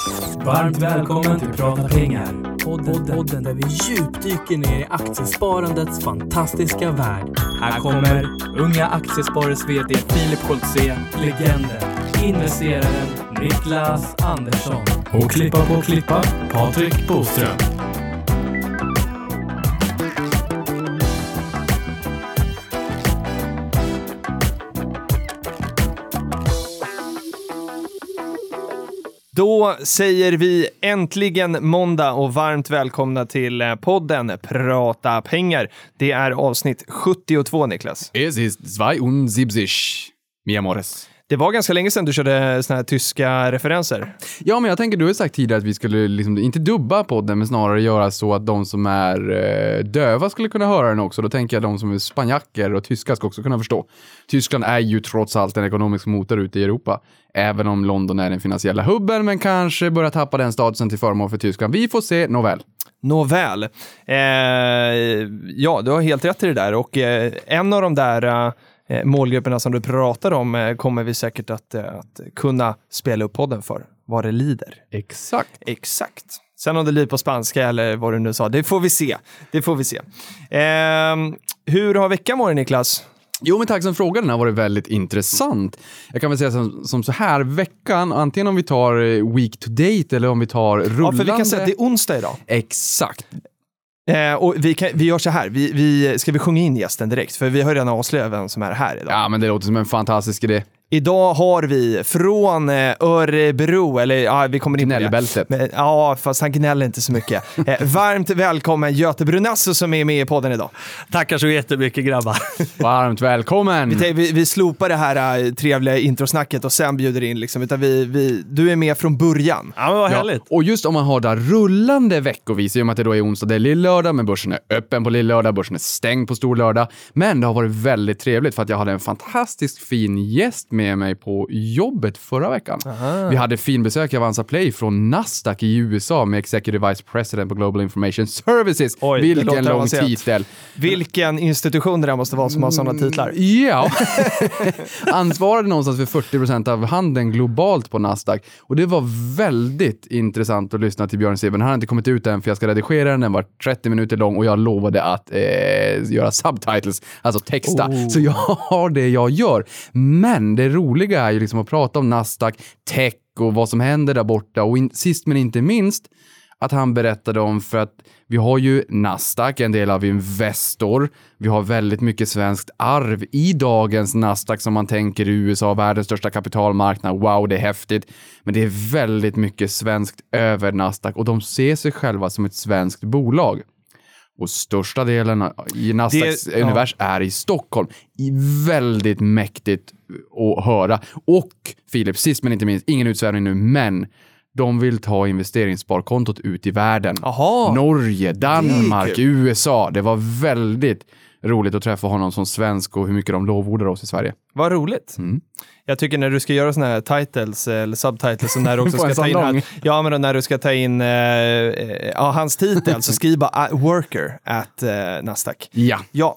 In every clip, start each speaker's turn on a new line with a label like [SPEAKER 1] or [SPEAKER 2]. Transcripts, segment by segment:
[SPEAKER 1] Varmt välkommen till Prata pengar. Podden där vi djupdyker ner i aktiesparandets fantastiska värld. Här kommer unga aktiesparares vd Filip Koltze, legenden, investeraren Niklas Andersson och klippa Patrik Boström.
[SPEAKER 2] Då säger vi äntligen måndag och varmt välkomna till podden Prata pengar. Det är avsnitt 72, Niklas.
[SPEAKER 3] Es ist 72, mi amores.
[SPEAKER 2] Det var ganska länge sedan du körde såna här tyska referenser.
[SPEAKER 3] Ja, men jag tänker, du har sagt tidigare att vi skulle liksom inte dubba podden, men snarare göra så att de som är döva skulle kunna höra den också. Då tänker jag de som är spanjacker och tyskar ska också kunna förstå. Tyskland är ju trots allt en ekonomisk motor ute i Europa. Även om London är den finansiella hubben, men kanske börjar tappa den statusen till förmån för Tyskland. Vi får se, nåväl. Ja, du har helt rätt i det där. Och en av de där målgrupperna som du pratar om kommer vi säkert att kunna spela upp podden för. Vad det lider. Exakt. Sen om det lider på spanska eller vad du nu sa, det får vi se. Hur har veckan varit, Niklas? Jo, men tack som frågan har varit väldigt intressant. Jag kan väl säga som så här, veckan, antingen om vi tar week to date eller om vi tar rullande.
[SPEAKER 2] Ja, för vi kan säga att det är onsdag idag.
[SPEAKER 3] Exakt.
[SPEAKER 2] Och vi gör så här, ska vi sjunga in gästen direkt? För vi har redan avslöjat vem som är här idag.
[SPEAKER 3] Ja, men det låter som en fantastisk idé.
[SPEAKER 2] Idag har vi från Örebro, eller ja, vi kommer in på det. Ja, fast han gnäller inte så mycket. Varmt välkommen Göte Brunasso som är med i podden idag.
[SPEAKER 4] Tackar så jättemycket, grabbar.
[SPEAKER 3] Varmt välkommen.
[SPEAKER 2] Vi slopar det här trevliga introsnacket och sen bjuder in liksom, utan du är med från början.
[SPEAKER 4] Ja, men vad härligt.
[SPEAKER 3] Och just om man har där rullande veckovis, i och med att det då är onsdag, det är lillördag, men börsen är öppen på lillördag, börsen är stängd på storlördag. Men det har varit väldigt trevligt för att jag hade en fantastisk fin gäst med mig på jobbet förra veckan. Aha. Vi hade fin besök av Avanza Play från Nasdaq i USA med Executive Vice President på Global Information Services.
[SPEAKER 2] Oj,
[SPEAKER 3] vilken lång titel.
[SPEAKER 2] Vilken institution det där måste vara som har sådana titlar.
[SPEAKER 3] Ja. Ansvarade någonstans för 40% av handeln globalt på Nasdaq. Och det var väldigt intressant att lyssna till Björn Sieben. Han har inte kommit ut än för jag ska redigera den. Den var 30 minuter lång och jag lovade att göra subtitles, alltså texta. Så jag har det jag gör. Men det roliga är ju liksom att prata om Nasdaq, tech och vad som händer där borta. Och sist men inte minst att han berättade om, för att vi har ju Nasdaq, en del av Investor. Vi har väldigt mycket svenskt arv i dagens Nasdaq som man tänker i USA, världens största kapitalmarknad. Wow, det är häftigt. Men det är väldigt mycket svenskt över Nasdaq och de ser sig själva som ett svenskt bolag. Och största delen i Nasdaqs univers är i Stockholm. Väldigt mäktigt att höra. Och Filip, sist men inte minst, ingen utsvävning nu, men de vill ta investeringssparkontot ut i världen.
[SPEAKER 2] Aha.
[SPEAKER 3] Norge, Danmark, USA. Det var väldigt roligt att träffa honom som svensk och hur mycket de lovordar oss i Sverige.
[SPEAKER 2] Vad roligt. Jag tycker när du ska göra såna här titles eller subtitles, när du också ska ta in men när du ska ta in hans titel, så skriv bara worker at Nasdaq. Ja.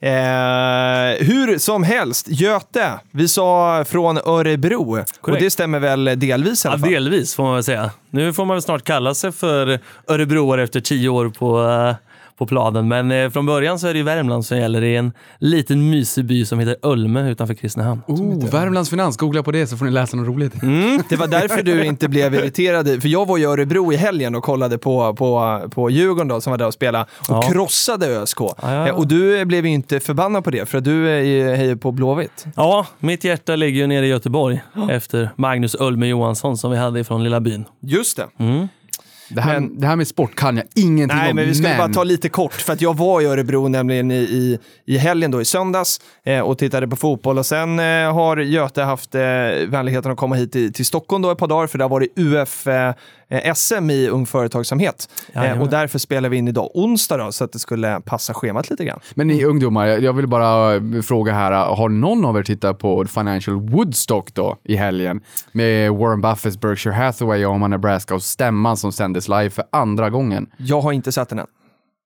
[SPEAKER 2] Hur som helst, Göte, vi sa från Örebro. Correct. Och det stämmer väl delvis i alla fall?
[SPEAKER 4] Ja, delvis får man väl säga. Nu får man väl snart kalla sig för Örebroare efter 10 år på planen. Men från början så är det ju Värmland som gäller. Det är en liten mysig by som heter Ölme utanför Kristinehamn.
[SPEAKER 3] Värmlands finans, googla på det så får ni läsa något roligt.
[SPEAKER 2] Det var därför du inte blev irriterad. För jag var i Örebro i helgen och kollade på Djurgården då, som var där och spelade och krossade ÖSK. Ja. Och du blev inte förbannad på det, för du är hejar på Blåvitt.
[SPEAKER 4] Ja, mitt hjärta ligger ju nere i Göteborg efter Magnus Ölme Johansson som vi hade ifrån lilla byn.
[SPEAKER 2] Just det.
[SPEAKER 3] Det här med sport kan jag ingenting om.
[SPEAKER 2] Nej, men vi ska bara ta lite kort. För att jag var i Örebro nämligen i helgen då, i söndags och tittade på fotboll. Och sen har Göte haft vänligheten att komma hit till Stockholm då ett par dagar. För det har varit UF SM i ung företagsamhet. Och därför spelar vi in idag onsdag då, så att det skulle passa schemat lite grann.
[SPEAKER 3] Men ni ungdomar, jag vill bara fråga här. Har någon av er tittat på Financial Woodstock då i helgen? Med Warren Buffetts Berkshire Hathaway och Omaha, Nebraska och stämman som sändes live för andra gången.
[SPEAKER 2] Jag har inte sett den än.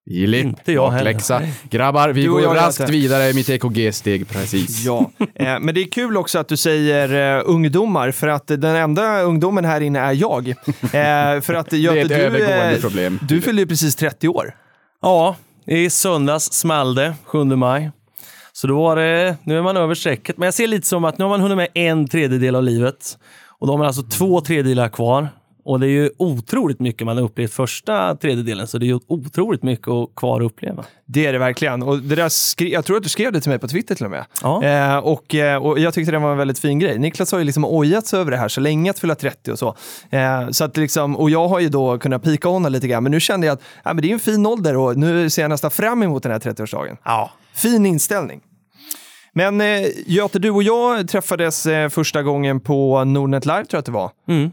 [SPEAKER 3] Filip,
[SPEAKER 4] Inte jag
[SPEAKER 3] bakläxa.
[SPEAKER 4] heller.
[SPEAKER 3] Grabbar, vi
[SPEAKER 2] Du och
[SPEAKER 3] går
[SPEAKER 2] jag
[SPEAKER 3] raskt
[SPEAKER 2] äter.
[SPEAKER 3] vidare i mitt EKG-steg, precis.
[SPEAKER 2] Ja, men det är kul också att du säger ungdomar, för att den enda ungdomen här inne är jag. För att Göte,
[SPEAKER 3] Det är ett övergående problem.
[SPEAKER 2] Du fyllde ju precis 30 år.
[SPEAKER 4] Ja, i söndags small det, 7 maj. Så då var det, nu är man över strecket. Men jag ser lite som att nu har man hunnit med 1/3 av livet. Och då har man alltså 2/3 kvar. Och det är ju otroligt mycket man har upplevt första tredjedelen. Så det är ju otroligt mycket kvar att uppleva.
[SPEAKER 2] Det är det verkligen. Och det där jag tror att du skrev det till mig på Twitter till och med.
[SPEAKER 4] Ja.
[SPEAKER 2] Och jag tyckte det var en väldigt fin grej. Niklas har ju liksom ojats över det här så länge att fylla 30 och så. Så att liksom, och jag har ju då kunnat pika honom lite grann. Men nu kände jag att men det är en fin ålder och nu ser jag nästan fram emot den här 30-årsdagen.
[SPEAKER 4] Ja.
[SPEAKER 2] Fin inställning. Men Göte, du och jag träffades första gången på Nordnet Live, tror jag att det var.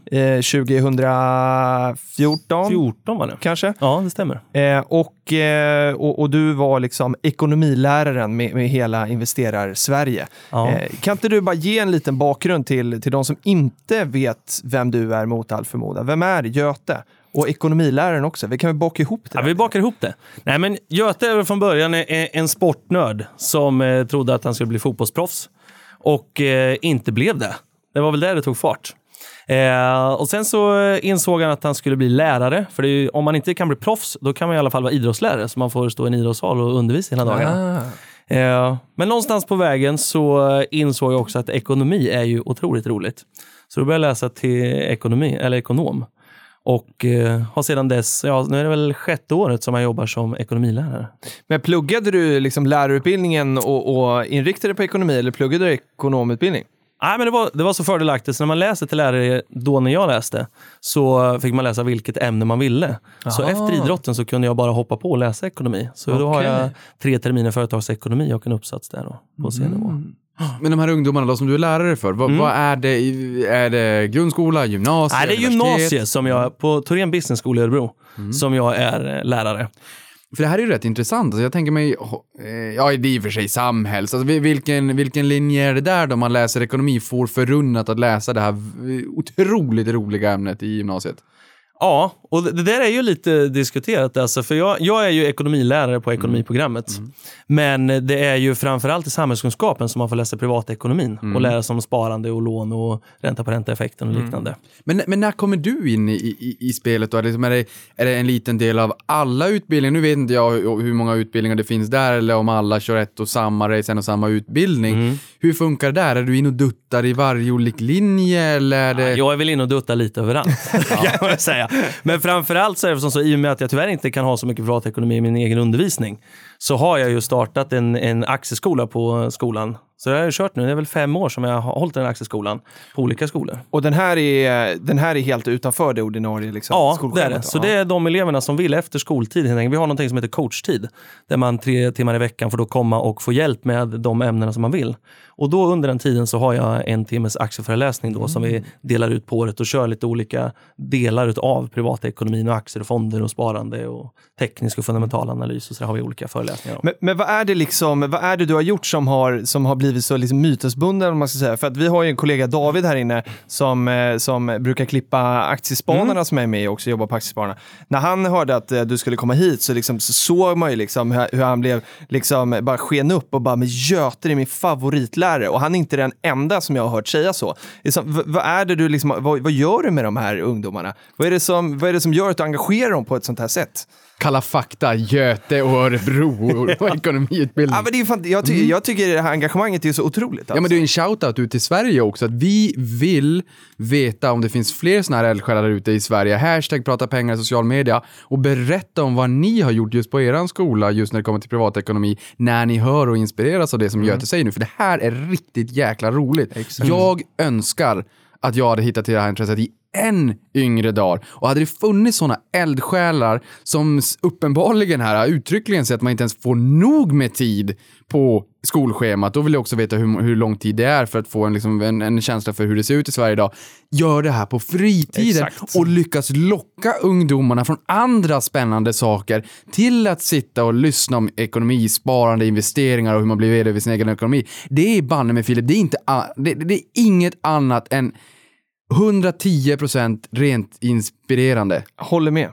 [SPEAKER 2] 2014.
[SPEAKER 4] 14 var det.
[SPEAKER 2] Kanske.
[SPEAKER 4] Ja, det stämmer.
[SPEAKER 2] Och du var liksom ekonomiläraren med hela Investerar-Sverige.
[SPEAKER 4] Ja.
[SPEAKER 2] Kan inte du bara ge en liten bakgrund till de som inte vet vem du är mot all förmodan? Vem är Göte? Och ekonomiläraren också. Vi kan väl baka ihop det.
[SPEAKER 4] Ja, vi bakar ihop det. Nej, men Göte är från början en sportnörd som trodde att han skulle bli fotbollsproffs. Och inte blev det. Det var väl där det tog fart. Och sen så insåg han att han skulle bli lärare. För det är ju, om man inte kan bli proffs, då kan man i alla fall vara idrottslärare. Så man får stå i en idrottssal och undervisa hela dagarna. Men någonstans på vägen så insåg jag också att ekonomi är ju otroligt roligt. Så då började jag läsa till ekonom. Och har sedan dess, nu är det väl 6:e året som jag jobbar som ekonomilärare.
[SPEAKER 2] Men pluggade du liksom lärarutbildningen och inriktade dig på ekonomi, eller pluggade du ekonomutbildning?
[SPEAKER 4] Nej, men det var så fördelaktigt. Så när man läste till lärare då när jag läste så fick man läsa vilket ämne man ville. Så efter idrotten så kunde jag bara hoppa på och läsa ekonomi. Så då har jag 3 terminer företagsekonomi och en uppsats där då, på C-nivå.
[SPEAKER 3] Men de här ungdomarna då som du är lärare för, vad är det? Är det grundskola, gymnasium?
[SPEAKER 4] Nej, det är gymnasiet som jag, på Torén Business School i Örebro, som jag är lärare.
[SPEAKER 3] För det här är ju rätt intressant. Alltså jag tänker mig, det är i och för sig samhälls. Alltså vilken linje är det där då man läser ekonomi får förunnat att läsa det här otroligt roliga ämnet i gymnasiet?
[SPEAKER 4] Ja, och det där är ju lite diskuterat. Alltså, för jag är ju ekonomilärare på ekonomiprogrammet. Men det är ju framförallt i samhällskunskapen som man får läsa privatekonomin. Och lära sig om sparande och lån och ränta på ränta-effekten och liknande.
[SPEAKER 3] Men när kommer du in i spelet då? Är det en liten del av alla utbildningar? Nu vet inte jag hur många utbildningar det finns där, eller om alla kör ett och samma race, en och samma utbildning. Hur funkar det där? Är du in och duttar i varje olik linje? Eller är det...
[SPEAKER 4] Jag är väl in och duttar lite överallt, kan man säga. Men framförallt så är det som så, i och med att jag tyvärr inte kan ha så mycket privatekonomi i min egen undervisning, så har jag ju startat en aktieskola på skolan. Så jag har kört nu, det är väl 5 år som jag har hållit den aktieskolan på olika skolor.
[SPEAKER 2] Och den här är helt utanför det ordinarie liksom,
[SPEAKER 4] Ja,
[SPEAKER 2] skolschemat.
[SPEAKER 4] det är det. Så det är de eleverna som vill efter skoltid. Vi har någonting som heter coachtid. Där man 3 timmar i veckan får då komma och få hjälp med de ämnena som man vill. Och då under den tiden så har jag 1 timmes aktieföreläsning då som vi delar ut på året och kör lite olika delar av privatekonomin och aktier och fonder och sparande och teknisk och fundamental analys, och så har vi olika föreläsningar om.
[SPEAKER 2] Men vad är det du har gjort som har blivit så liksom mytesbunden, om man ska säga? För att vi har ju en kollega, David, här inne som brukar klippa Aktiespararna, som är med och också jobbar på Aktiespararna. När han hörde att du skulle komma hit så såg man ju liksom hur han blev liksom bara sken upp och bara, men Göte är min favoritlärare, och han är inte den enda som jag har hört säga så. Vad är det du liksom, vad gör du med de här ungdomarna? Vad är det som gör att du engagerar dem på ett sånt här sätt?
[SPEAKER 3] Kalla fakta, Göte och Örebro och ekonomiutbildning.
[SPEAKER 2] Ja, men det är fan, jag tycker det här engagemanget är så otroligt. Alltså.
[SPEAKER 3] Ja, men det är en shoutout ut till Sverige också. Att vi vill veta om det finns fler såna här eldsjälar där ute i Sverige. Hashtag prata pengar i social media. Och berätta om vad ni har gjort just på eran skola just när det kommer till privatekonomi. När ni hör och inspireras av det som Göte säger nu. För det här är riktigt jäkla roligt. Exakt. Jag önskar att jag hade hittat till det här intresset i än yngre dagar. Och hade det funnits såna eldsjälar som uppenbarligen här uttryckligen säger att man inte ens får nog med tid på skolschemat, då vill jag också veta hur lång tid det är för att få en känsla för hur det ser ut i Sverige idag. Gör det här på fritiden. Exakt. Och lyckas locka ungdomarna från andra spännande saker till att sitta och lyssna om ekonomi, sparande, investeringar och hur man blir vd över sin egen ekonomi. Det är banne med Filip. Det är inget annat än 110% rent inspirerande.
[SPEAKER 2] Håller med.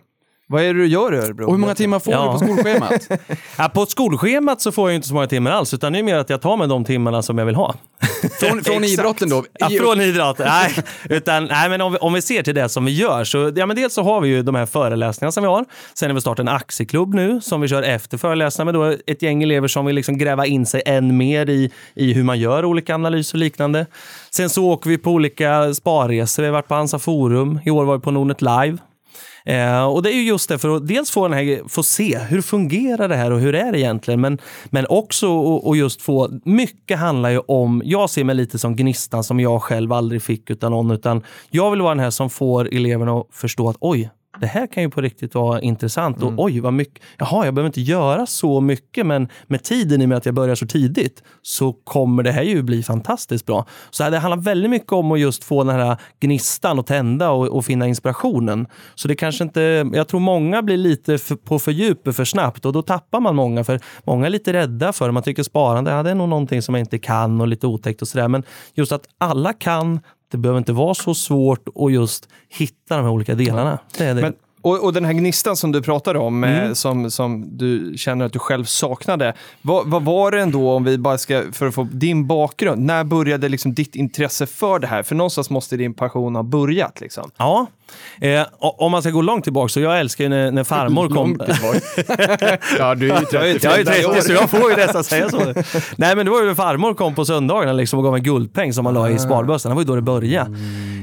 [SPEAKER 2] Vad är det du gör i Örebro?
[SPEAKER 3] Och hur många timmar får du på skolschemat?
[SPEAKER 4] På skolschemat så får jag ju inte så många timmar alls, utan det är mer att jag tar med de timmarna som jag vill ha.
[SPEAKER 3] Från idrotten då?
[SPEAKER 4] Ja, från idrotten. Nej, men om vi ser till det som vi gör så, men dels så har vi ju de här föreläsningarna som vi har. Sen har vi startat en aktieklubb nu som vi kör efter föreläsningarna med då ett gäng elever som vill liksom gräva in sig än mer i hur man gör olika analyser och liknande. Sen så åker vi på olika sparresor. Vi har varit på Hansa Forum. I år var vi på Nordnet Live. Och det är ju just det, för att dels få se hur fungerar det här och hur är det egentligen, men också och just få, mycket handlar ju om, jag ser mig lite som gnistan som jag själv aldrig fick utan någon, utan jag vill vara den här som får eleverna att förstå att oj, det här kan ju på riktigt vara intressant och oj vad mycket, jaha, jag behöver inte göra så mycket, men med tiden i och med att jag börjar så tidigt så kommer det här ju bli fantastiskt bra. Så det handlar väldigt mycket om att just få den här gnistan och tända och finna inspirationen. Så det kanske inte, jag tror många blir lite på fördjupet för snabbt och då tappar man många, för många är lite rädda för det. Man tycker sparande, det är nog någonting som jag inte kan och lite otäckt och sådär, men just att alla kan. Det behöver inte vara så svårt att just hitta de här olika delarna. Det är det.
[SPEAKER 2] Men, och den här gnistan som du pratade om, som du känner att du själv saknade. Vad var det ändå, om vi bara ska, för att få din bakgrund, när började liksom ditt intresse för det här? För någonstans måste din passion ha börjat liksom.
[SPEAKER 4] Ja, om man ska gå långt tillbaka, så jag älskar ju när farmor kom.
[SPEAKER 3] Ja, du är ju
[SPEAKER 4] 30 så jag får ju nästan säga så. Nej, men det var ju när farmor kom på söndagen liksom, och gav en guldpeng som man la i sparbössan. Det var ju då det började.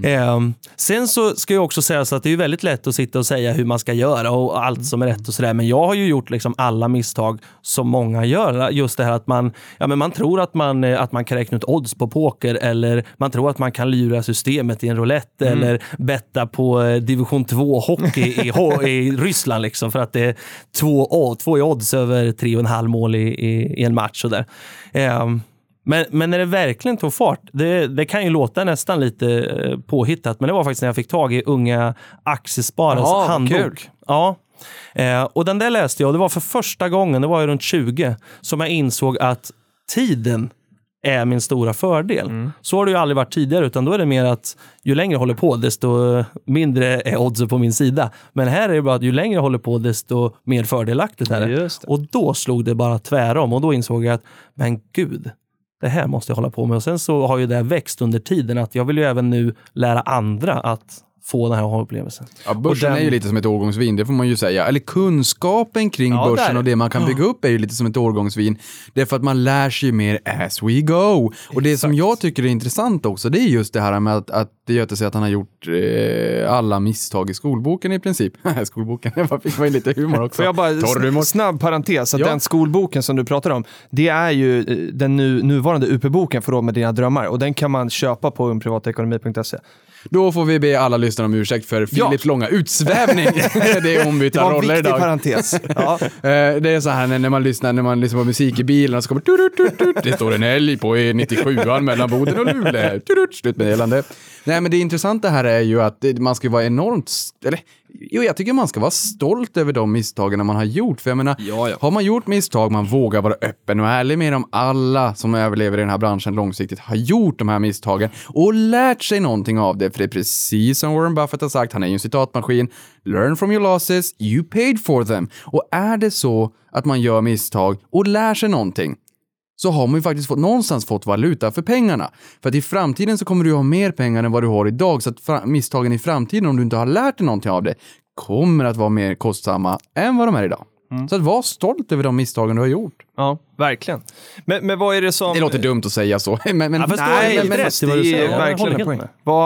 [SPEAKER 4] Sen så ska jag också säga så att det är ju väldigt lätt att sitta och säga hur man ska göra och allt som är rätt och sådär. Men jag har ju gjort liksom alla misstag som många gör. Just det här att man tror att man kan räkna ut odds på poker, eller man tror att man kan lura systemet i en roulette eller betta på division 2 hockey i Ryssland liksom, för att det är 2 i odds över 3,5 mål i en match och där. Men när det verkligen tog fart, det kan ju låta nästan lite påhittat, men det var faktiskt när jag fick tag i Unga Aktiesparares handbok. Kul. Ja. Och den där läste jag, och det var för första gången, det var ju runt 20, som jag insåg att tiden är min stora fördel. Så har det ju aldrig varit tidigare, utan då är det mer att ju längre jag håller på, desto mindre är oddsen på min sida. Men här är det bara att ju längre jag håller på, desto mer fördelaktigt är det. Och då slog det bara tvärom, och då insåg jag att, men gud, det här måste jag hålla på med. Och sen så har ju det växt under tiden, att jag vill ju även nu lära andra att få den här upplevelsen. Ja,
[SPEAKER 3] börsen är ju lite som ett årgångsvin, det får man ju säga. Eller kunskapen kring börsen och det man kan bygga upp är ju lite som ett årgångsvin. Det är för att man lär sig mer as we go. Och det som jag tycker är intressant också, det är just det här med att det gör sig att han har gjort alla misstag i skolboken i princip. Skolboken, jag fick mig lite humor också.
[SPEAKER 2] Får jag bara snabb parentes, att den skolboken som du pratar om, det är ju den nuvarande UP-boken för råd med dina drömmar, och den kan man köpa på privatekonomi.se.
[SPEAKER 3] Då får vi be alla lyssnare om ursäkt för Philips långa utsvävning. Det är ombytta roller idag.
[SPEAKER 2] Parentes. Ja.
[SPEAKER 3] Det är så här när man lyssnar på musik i bilen, så kommer det står en älg på E97 mellan Boden och Luleå. Slutmeddelande. Nej, men det intressanta här är ju att man ska vara enormt, jag tycker man ska vara stolt över de misstagen man har gjort. För jag menar, har man gjort misstag, man vågar vara öppen och ärlig med dem. Alla som överlever i den här branschen långsiktigt har gjort de här misstagen och lärt sig någonting av det. För det är precis som Warren Buffett har sagt, han är ju en citatmaskin. Learn from your losses, you paid for them. Och är det så att man gör misstag och lär sig någonting, så har man ju faktiskt någonstans fått valuta för pengarna. För att i framtiden så kommer du ha mer pengar än vad du har idag. Så att misstagen i framtiden, om du inte har lärt dig någonting av det, kommer att vara mer kostsamma än vad de är idag. Så att var stolt över de misstagen du har gjort.
[SPEAKER 2] Ja, verkligen. Men vad är det som...
[SPEAKER 3] Det låter dumt att säga så. Men
[SPEAKER 2] det är verkligen en poäng.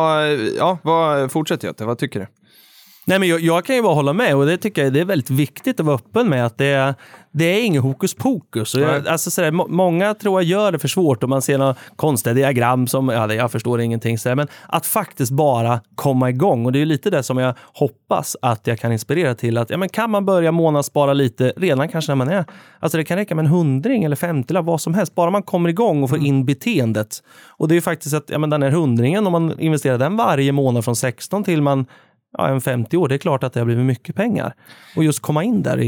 [SPEAKER 2] Vad fortsätter jag till? Vad tycker du?
[SPEAKER 4] Nej, men jag kan ju bara hålla med, och det tycker jag det är väldigt viktigt att vara öppen med, att det är ingen hokus pokus. Många tror jag gör det för svårt, och man ser några konstiga diagram som, jag förstår ingenting. Men att faktiskt bara komma igång, och det är ju lite det som jag hoppas att jag kan inspirera till, att men kan man börja månadsspara lite redan kanske när man är, alltså det kan räcka med 100 eller 50 eller vad som helst, bara man kommer igång och får in beteendet. Och det är ju faktiskt att den här 100, om man investerar den varje månad från 16 till man en 50 år, det är klart att det har blivit mycket pengar. Och just komma in där i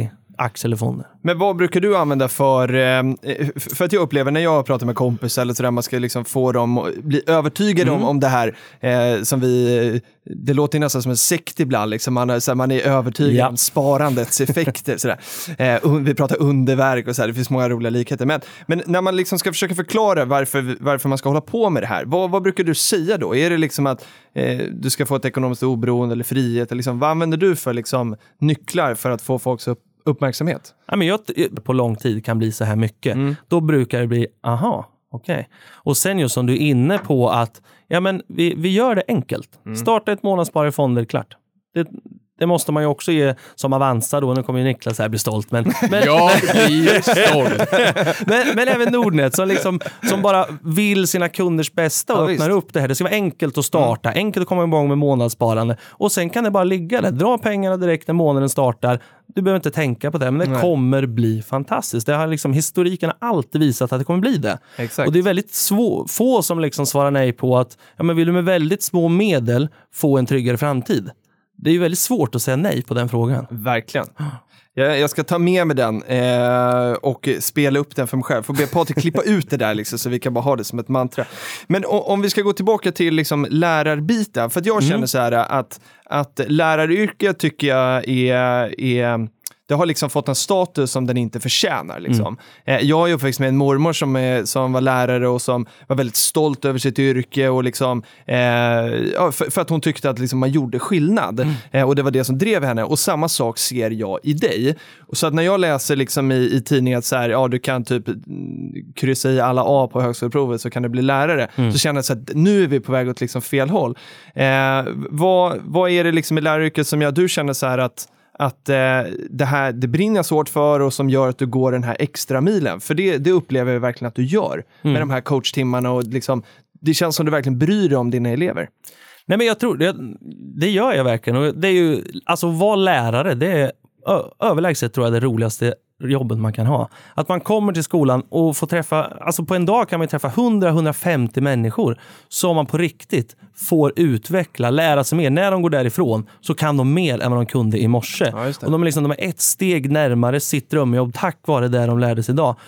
[SPEAKER 4] aktier eller fonder.
[SPEAKER 2] Men vad brukar du använda för att jag upplever när jag pratar med kompisar eller sådär, man ska liksom få dem att bli övertygade om det här som det låter nästan som en sekt ibland liksom. Man är övertygad om sparandets effekter sådär. Vi pratar underverk och så här, det finns många roliga likheter, men när man liksom ska försöka förklara varför man ska hålla på med det här, vad brukar du säga då? Är det liksom att du ska få ett ekonomiskt oberoende eller frihet, eller liksom, vad använder du för liksom nycklar för att få folks uppmärksamhet?
[SPEAKER 4] Ja, men jag på lång tid kan bli så här mycket. Då brukar det bli, okej. Och sen just som du är inne på att vi gör det enkelt. Starta ett månadssparande i fonder, klart. Det måste man ju också ge som Avanza då. Nu kommer ju Niklas här bli stolt. Men
[SPEAKER 3] jag blir stolt.
[SPEAKER 4] men även Nordnet som bara vill sina kunders bästa och öppnar upp det här. Det ska vara enkelt att starta. Enkelt att komma igång med månadssparande. Och sen kan det bara ligga där. Dra pengarna direkt när månaden startar. Du behöver inte tänka på det. Men det kommer bli fantastiskt. Det har historiken har alltid visat att det kommer bli det.
[SPEAKER 2] Exakt.
[SPEAKER 4] Och det är väldigt få som svarar nej på att vill du med väldigt små medel få en tryggare framtid? Det är ju väldigt svårt att säga nej på den frågan.
[SPEAKER 2] Verkligen. Jag ska ta med mig den och spela upp den för mig själv. Får be Patrik klippa ut det där så vi kan bara ha det som ett mantra. Men om vi ska gå tillbaka till lärarbiten. För att jag känner så här att läraryrket tycker jag är det har fått en status som den inte förtjänar. Jag är uppväxt med en mormor som var lärare och som var väldigt stolt över sitt yrke och för att hon tyckte att man gjorde skillnad. Och det var det som drev henne. Och samma sak ser jag i dig. Och så att när jag läser i tidningen att så här, du kan typ kryssa i alla A på högskoleprovet så kan du bli lärare. Så känner jag så att nu är vi på väg åt fel håll. Vad är det i läraryrket som du känner så här att det brinner så hårt för och som gör att du går den här extra milen? För det upplever jag verkligen att du gör med de här coachtimmarna och det känns som du verkligen bryr dig om dina elever.
[SPEAKER 4] Nej, men jag tror det gör jag verkligen. Och det är ju, att vara lärare, det är överlägset tror jag det roligaste jobbet man kan ha. Att man kommer till skolan och får träffa, på en dag kan man träffa 100-150 människor som man på riktigt får utveckla, lära sig mer. När de går därifrån så kan de mer än vad de kunde i morse. Ja, och de är ett steg närmare sitt drömjobb tack vare det de lärde sig idag.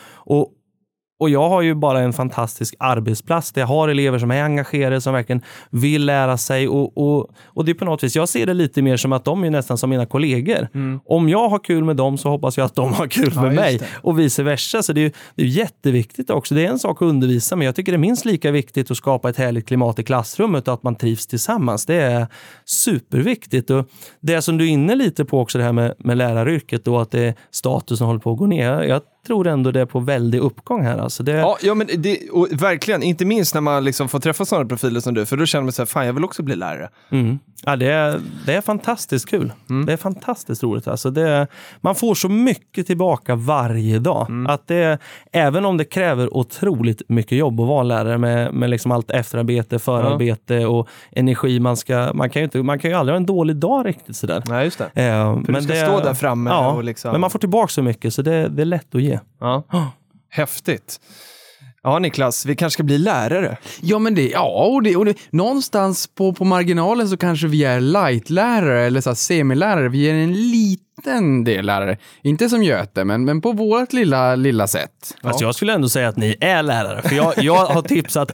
[SPEAKER 4] Och jag har ju bara en fantastisk arbetsplats där jag har elever som är engagerade, som verkligen vill lära sig. Och det är på något vis, jag ser det lite mer som att de är nästan som mina kollegor. Om jag har kul med dem så hoppas jag att de har kul med mig. Och vice versa. Så det är jätteviktigt också. Det är en sak att undervisa, men jag tycker det är minst lika viktigt att skapa ett härligt klimat i klassrummet och att man trivs tillsammans. Det är superviktigt. Och det som du är inne lite på också, det här med läraryrket och att det är statusen håller på att gå ner. Jag tror ändå det är på väldig uppgång här.
[SPEAKER 2] Ja, men och verkligen, inte minst när man får träffa sådana profiler som du, för då känner man sig fan, jag vill också bli lärare.
[SPEAKER 4] Ja, det är fantastiskt kul. Det är fantastiskt roligt. Man får så mycket tillbaka varje dag. Att även om det kräver otroligt mycket jobb att vara lärare med allt efterarbete, förarbete och energi, man kan ju aldrig ha en dålig dag riktigt sådär.
[SPEAKER 2] Nej, just det. För men du ska stå där framme och
[SPEAKER 4] men man får tillbaka så mycket så det är lätt att ge.
[SPEAKER 2] Ja. Häftigt. Ja, Niklas, vi kanske ska bli lärare.
[SPEAKER 3] Ja, men någonstans på marginalen så kanske vi är light-lärare eller så semilärare. Vi är en liten del lärare. Inte som Göte, men på vårt lilla sätt.
[SPEAKER 4] Ja. Alltså jag skulle ändå säga att ni är lärare. För jag har tipsat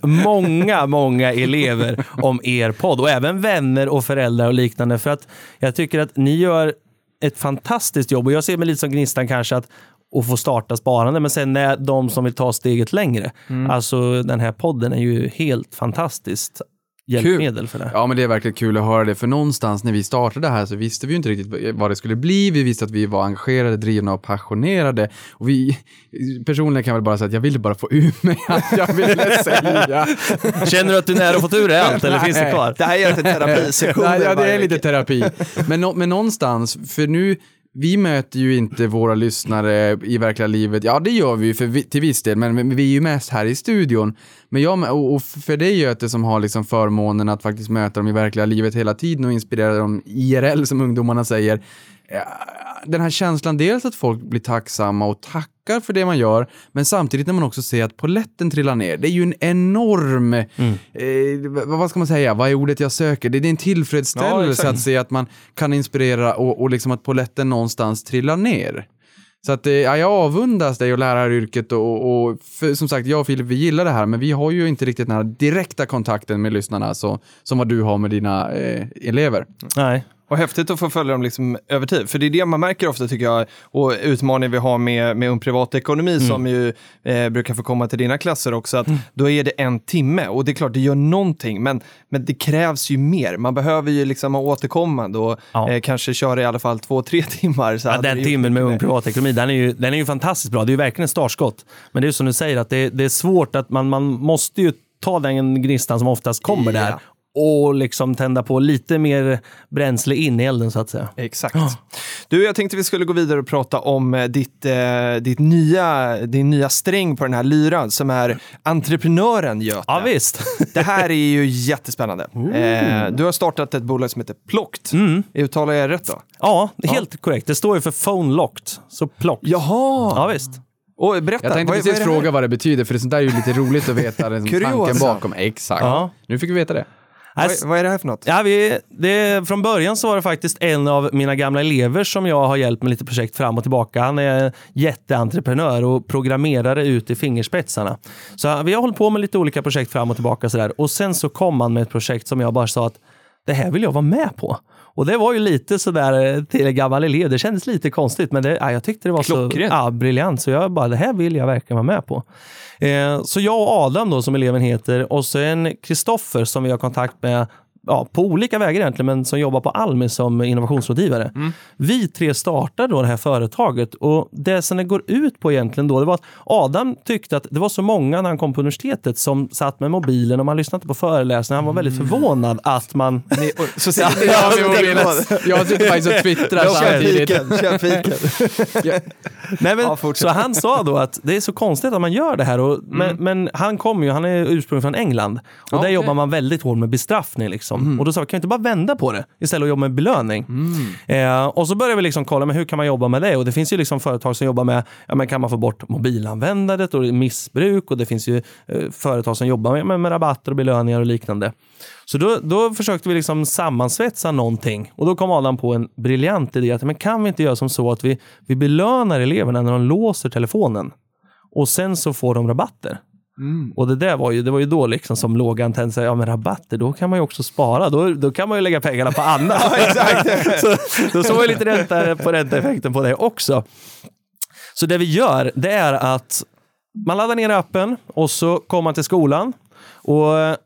[SPEAKER 4] många elever om er podd. Och även vänner och föräldrar och liknande. För att jag tycker att ni gör ett fantastiskt jobb. Och jag ser mig lite som Gnistan kanske att få starta sparande, men sen är de som vill ta steget längre. Alltså den här podden är ju helt fantastiskt hjälpmedel för det.
[SPEAKER 3] Ja, men det är verkligen kul att höra det, för någonstans när vi startade det här så visste vi ju inte riktigt vad det skulle bli. Vi visste att vi var engagerade, drivna och passionerade, och vi personligen kan väl bara säga att jag ville bara få ur mig att jag ville säga.
[SPEAKER 4] Känner du att du är nära att få ur det allt, eller finns det kvar?
[SPEAKER 2] Det här är en terapisession.
[SPEAKER 3] Ja, det är lite terapi. Men någonstans, för nu vi möter ju inte våra lyssnare i verkliga livet. Ja, det gör vi till viss del, men vi är ju mest här i studion. Men och för dig, Göte, som har förmånen att faktiskt möta dem i verkliga livet hela tiden och inspirera dem IRL, som ungdomarna säger. Den här känslan, dels att folk blir tacksamma och tackar för det man gör, men samtidigt när man också ser att polletten trillar ner. Det är ju en enorm vad ska man säga, vad är ordet jag söker? Det är en tillfredsställelse att se att man kan inspirera och att polletten någonstans trillar ner. Så att jag avundas dig och läraryrket och för, som sagt, jag och Filip, vi gillar det här, men vi har ju inte riktigt den här direkta kontakten med lyssnarna som vad du har med dina elever.
[SPEAKER 4] Nej.
[SPEAKER 2] Och häftigt att få följa dem liksom över tid. För det är det man märker ofta tycker jag. Och utmaningen vi har med privatekonomi som ju brukar få komma till dina klasser också. Att då är det 1 timme. Och det är klart, det gör någonting. Men det krävs ju mer. Man behöver ju liksom återkommande och kanske köra i alla fall 2-3 timmar. Så
[SPEAKER 4] den timmen med privatekonomi, den är ju fantastiskt bra. Det är ju verkligen ett startskott. Men det är ju som du säger, att det är svårt att man måste ju ta den gnistan som oftast kommer där. Och liksom tända på lite mer bränsle in i elden så att säga.
[SPEAKER 2] Exakt. Du, jag tänkte vi skulle gå vidare och prata om din nya sträng på den här lyran som är entreprenören Göte.
[SPEAKER 4] Ja visst.
[SPEAKER 2] Det här är ju jättespännande. Du har startat ett bolag som heter Plockt. Uttalar jag rätt då?
[SPEAKER 4] Ja, helt korrekt. Det står ju för Phone Locked. Så Plockt.
[SPEAKER 2] Jaha!
[SPEAKER 4] Ja visst.
[SPEAKER 2] Och berätta,
[SPEAKER 3] jag tänkte precis fråga vad det betyder, för det sånt där är ju lite roligt att veta tanken bakom. Exakt.
[SPEAKER 4] Ja.
[SPEAKER 3] Nu fick vi veta det.
[SPEAKER 2] Vad är det här för något?
[SPEAKER 4] Ja, från början så var det faktiskt en av mina gamla elever som jag har hjälpt med lite projekt fram och tillbaka. Han är jätteentreprenör och programmerare ut i fingerspetsarna. Så vi har hållit på med lite olika projekt fram och tillbaka sådär. Och sen så kom han med ett projekt som jag bara sa att det här vill jag vara med på. Och det var ju lite sådär till en gammal elev. Det kändes lite konstigt, men jag tyckte det var så briljant. Så jag bara, det här vill jag verkligen vara med på. Så jag och Adam då, som eleven heter, och sen Kristoffer som vi har kontakt med på olika vägar egentligen, men som jobbar på Almi som innovationsrådgivare. Vi 3 startar då det här företaget, och det som det går ut på egentligen då, det var att Adam tyckte att det var så många när han kom på universitetet som satt med mobilen och man lyssnade på föreläsningar. Han var väldigt förvånad att man...
[SPEAKER 3] Så sitter jag sitter faktiskt och twittrar samtidigt.
[SPEAKER 4] Nej, men, så han sa då att det är så konstigt att man gör det här. Men han är ursprungligen från England. Och där jobbar man väldigt hårt med bestraffning liksom. Och då sa vi, kan vi inte bara vända på det istället och jobba med belöning? Och så började vi liksom kolla med hur kan man jobba med det? Och det finns ju liksom företag som jobbar med, men kan man få bort mobilanvändandet och missbruk? Och det finns ju företag som jobbar med rabatter och belöningar och liknande. Så då försökte vi liksom sammansvetsa någonting. Och då kom Adam på en briljant idé att, men kan vi inte göra som så att vi belönar eleverna när de låser telefonen? Och sen så får de rabatter. Och det var ju då liksom som lågantenn säger, men rabatter, då kan man ju också spara, då kan man ju lägga pengarna på annat. Exakt. Så då såg vi lite ränteeffekten på det också. Så det vi gör, det är att man laddar ner appen och så kommer man till skolan, och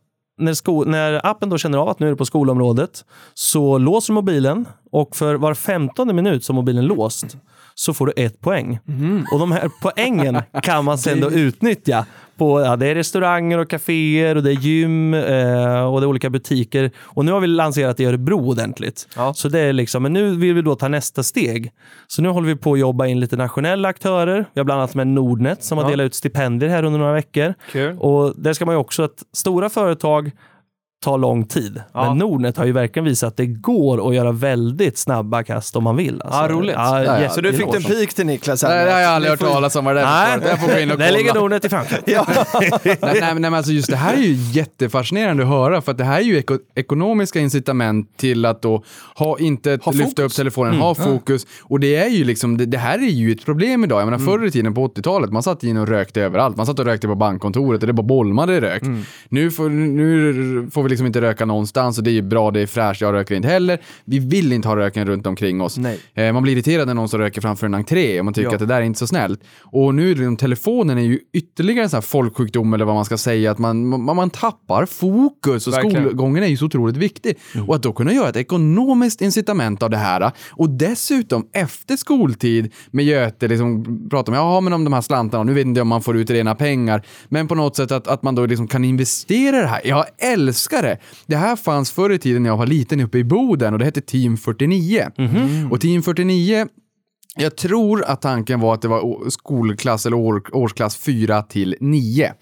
[SPEAKER 4] när appen då känner av att nu är det på skolområdet, så låser mobilen, och för var 15:e minut som mobilen låst så får du 1 poäng. Och de här poängen kan man sen då utnyttja på, det är restauranger och kaféer och det är gym och det är olika butiker. Och nu har vi lanserat i Örebro ordentligt. Ja. Så det är liksom, men nu vill vi då ta nästa steg. Så nu håller vi på att jobba in lite nationella aktörer. Vi har bland annat med Nordnet som har delat ut stipendier här under några veckor. Cool. Och där ska man ju också att stora företag tar lång tid. Ja. Men Nordnet har ju verkligen visat att det går att göra väldigt snabba kast om man vill. Alltså.
[SPEAKER 2] Ja, roligt. Ja, så du fick en pik till Niklas?
[SPEAKER 3] Det har jag aldrig hört talas om.
[SPEAKER 4] Där ligger Nordnet i framkant.
[SPEAKER 3] nej, men alltså just det här är ju jättefascinerande att höra, för att det här är ju ekonomiska incitament till att då lyfta upp telefonen, ha fokus. Och det är ju liksom, det här är ju ett problem idag. Jag menar, förr i tiden på 80-talet, man satt in och rökte överallt. Man satt och rökte på bankkontoret och det bara bolmade rök. Nu får vi liksom inte röka någonstans, och det är ju bra, det är fräscht, jag röker inte heller. Vi vill inte ha röken runt omkring oss. Man blir irriterad när någon som röker framför en entré och man tycker att det där är inte så snällt. Och nu är telefonen är ju ytterligare en sån här folksjukdom, eller vad man ska säga, att man tappar fokus, och skolgången är ju så otroligt viktig. Och att då kunna göra ett ekonomiskt incitament av det här, och dessutom efter skoltid med Göte liksom prata om, om de här slantarna, nu vet inte om man får ut rena pengar, men på något sätt att man då liksom kan investera det här. Jag älskar det. Det här fanns förr i tiden när jag var liten uppe i Boden, och det hette Team 49. Och Team 49, jag tror att tanken var att det var skolklass eller årsklass 4 till 9.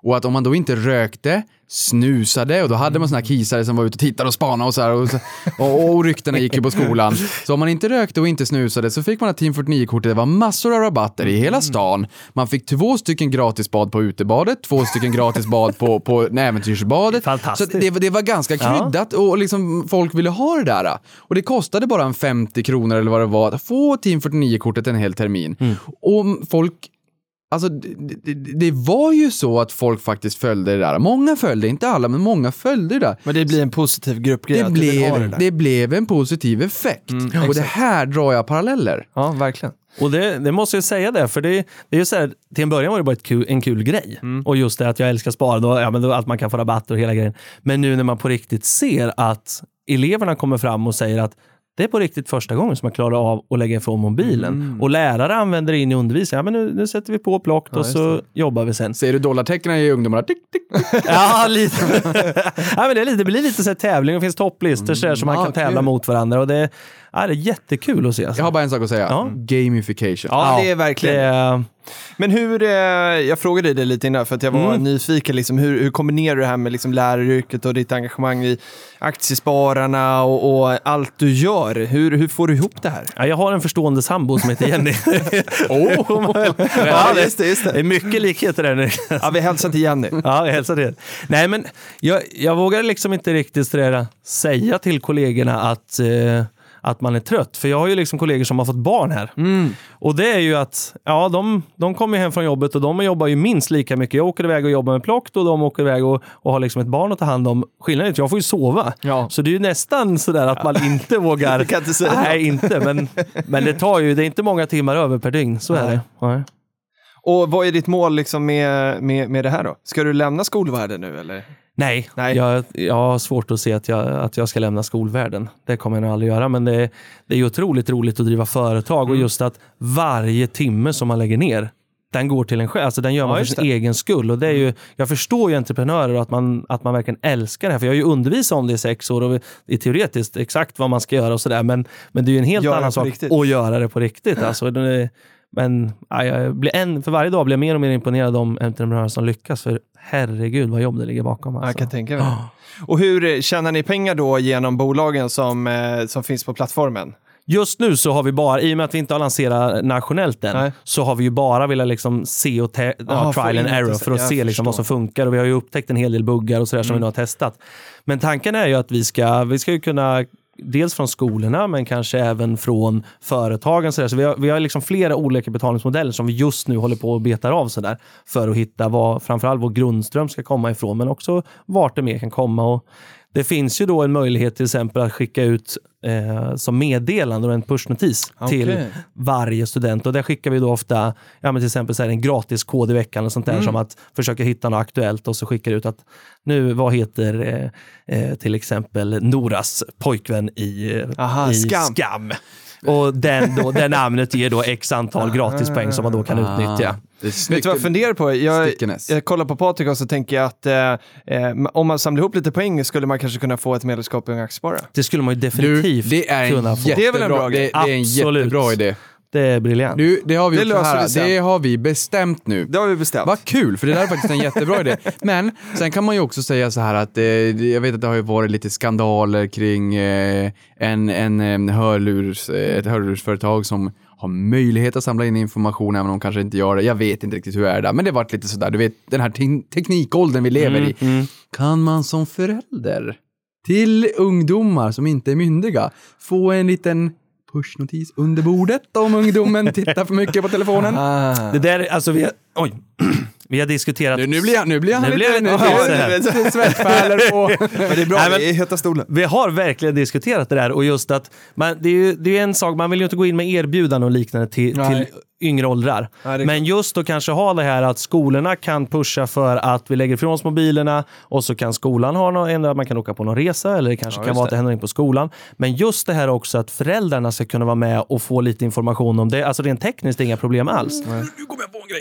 [SPEAKER 3] Och att om man då inte rökte, snusade, och då hade man såna här kisare som var ute och tittade och spanade och så här, och ryktena gick ju på skolan. Så om man inte rökte och inte snusade så fick man ett Team 49-kortet. Det var massor av rabatter i hela stan. Man fick 2 stycken gratisbad på utebadet, 2 stycken gratisbad på äventyrsbadet.
[SPEAKER 4] Fantastiskt.
[SPEAKER 3] Så det var ganska kryddat och liksom folk ville ha det där. Och det kostade bara en 50 kronor eller vad det var att få Team 49-kortet en hel termin. Och folk... Alltså det var ju så att folk faktiskt följde det där. Många följde, inte alla, men många följde det där.
[SPEAKER 2] Men det blir en positiv gruppgrej.
[SPEAKER 3] Det blev en positiv effekt. Och det här drar jag paralleller.
[SPEAKER 2] Ja, verkligen.
[SPEAKER 4] Och det måste jag säga det, för det är ju så här, till en början var det bara en kul grej. Och just det att jag älskar spara, då att man kan få rabatter och hela grejen. Men nu när man på riktigt ser att eleverna kommer fram och säger att det är på riktigt första gången som man klarar av att lägga ifrån mobilen. Och lärare använder det in i undervisningen. Ja, men nu sätter vi på plockt och så jobbar vi sen.
[SPEAKER 3] Ser du dollartecknen i ungdomarna? Tick, tick, tick.
[SPEAKER 4] Ja, lite. Ja, men det blir lite så här tävling. Det finns topplistor så som man kan tävla mot varandra. Och det är jättekul att se. Alltså.
[SPEAKER 3] Jag har bara en sak att säga.
[SPEAKER 4] Ja.
[SPEAKER 3] Gamification.
[SPEAKER 2] Ja, det är verkligen. Men hur, jag frågade dig det lite innan för att jag var nyfiken, liksom, hur kombinerar du det här med liksom läraryrket och ditt engagemang i aktiespararna och allt du gör? Hur får du ihop det här?
[SPEAKER 4] Ja, jag har en förstående sambo som heter Jenny.
[SPEAKER 2] Ja, just det.
[SPEAKER 4] Det är mycket likheter där nu.
[SPEAKER 2] Ja, vi hälsar till Jenny.
[SPEAKER 4] Ja, vi hälsar till. Nej, men jag vågar liksom inte riktigt säga till kollegorna att man är trött. För jag har ju liksom kollegor som har fått barn här. Och det är ju att de kommer hem från jobbet och de jobbar ju minst lika mycket. Jag åker iväg och jobbar med plockt och de åker iväg och har liksom ett barn att ta hand om. Skillnaden är att jag får ju sova. Ja. Så det är ju nästan sådär att man inte vågar.
[SPEAKER 2] kan inte säga.
[SPEAKER 4] Nej, inte. Men det är inte många timmar över per dygn. Så är det. Ja.
[SPEAKER 2] Och vad är ditt mål liksom med det här då? Ska du lämna skolvärlden nu eller?
[SPEAKER 4] Nej. Jag har svårt att se att jag ska lämna skolvärlden. Det kommer jag nog aldrig göra, men det är ju otroligt roligt att driva företag och just att varje timme som man lägger ner, den går till en själv. Alltså den gör man för sin egen skull. Och det är ju, jag förstår ju entreprenörer att man verkligen älskar det här. För jag har ju undervisat om det i 6 år och det är teoretiskt exakt vad man ska göra och sådär. Men det är ju en helt annan sak att göra det på riktigt. Alltså men för varje dag blir jag mer och mer imponerad om entreprenörer som lyckas. För herregud vad jobb det ligger bakom. Alltså.
[SPEAKER 2] Jag kan tänka mig. Och hur tjänar ni pengar då genom bolagen som finns på plattformen?
[SPEAKER 4] Just nu så har vi bara, i och med att vi inte har lanserat nationellt än, så har vi ju bara velat liksom se och trial and error för att se liksom vad som funkar. Och vi har ju upptäckt en hel del buggar och sådär som vi nu har testat. Men tanken är ju att vi ska ju kunna, dels från skolorna men kanske även från företagen. Så vi har liksom flera olika betalningsmodeller som vi just nu håller på att betar av sådär, för att hitta framförallt vår grundström ska komma ifrån, men också vart det mer kan komma. Och det finns ju då en möjlighet till exempel att skicka ut som meddelande och en pushnotis till varje student. Och där skickar vi då ofta till exempel så här en gratis kod i veckan och sånt där, som att försöka hitta något aktuellt, och så skickar ut att nu, vad heter till exempel Noras pojkvän i Skam. Och det namnet ger då x antal gratispoäng som man då kan utnyttja.
[SPEAKER 2] Vet du vad jag funderar på? Jag kollar på Patrik och så tänker jag att om man samlar ihop lite poäng skulle man kanske kunna få ett medlemskap i Unga Aktiesparare.
[SPEAKER 4] Det skulle man ju definitivt kunna få.
[SPEAKER 2] Det är väl en bra grej?
[SPEAKER 3] Det är en jättebra idé.
[SPEAKER 4] Det är briljant.
[SPEAKER 3] Det har vi bestämt nu.
[SPEAKER 2] Det har vi bestämt.
[SPEAKER 3] Vad kul, för det där är faktiskt en jättebra idé. Men sen kan man ju också säga så här att jag vet att det har ju varit lite skandaler kring ett hörlursföretag som har möjlighet att samla in information även om de kanske inte gör det. Jag vet inte riktigt hur det är där, men det har varit lite sådär. Du vet, den här teknikåldern vi lever i. Kan man som förälder till ungdomar som inte är myndiga få en liten pushnotis under bordet om ungdomen tittar för mycket på telefonen?
[SPEAKER 4] Det där, alltså vi har diskuterat...
[SPEAKER 3] Nu blir han lite svettfärler på...
[SPEAKER 2] Men det är bra, vi är heta stolen.
[SPEAKER 4] Vi har verkligen diskuterat det där, och just att det är en sak, man vill ju inte gå in med erbjudanden och liknande till yngre åldrar. Men just att kanske ha det här att skolorna kan pusha för att vi lägger ifrån oss mobilerna, och så kan skolan ha man kan åka på någon resa, eller det kanske kan vara att det händer in på skolan. Men just det här också att föräldrarna ska kunna vara med och få lite information om det. Alltså rent tekniskt är inga problem alls.
[SPEAKER 3] Nu kommer jag på en grej.
[SPEAKER 4] Ja,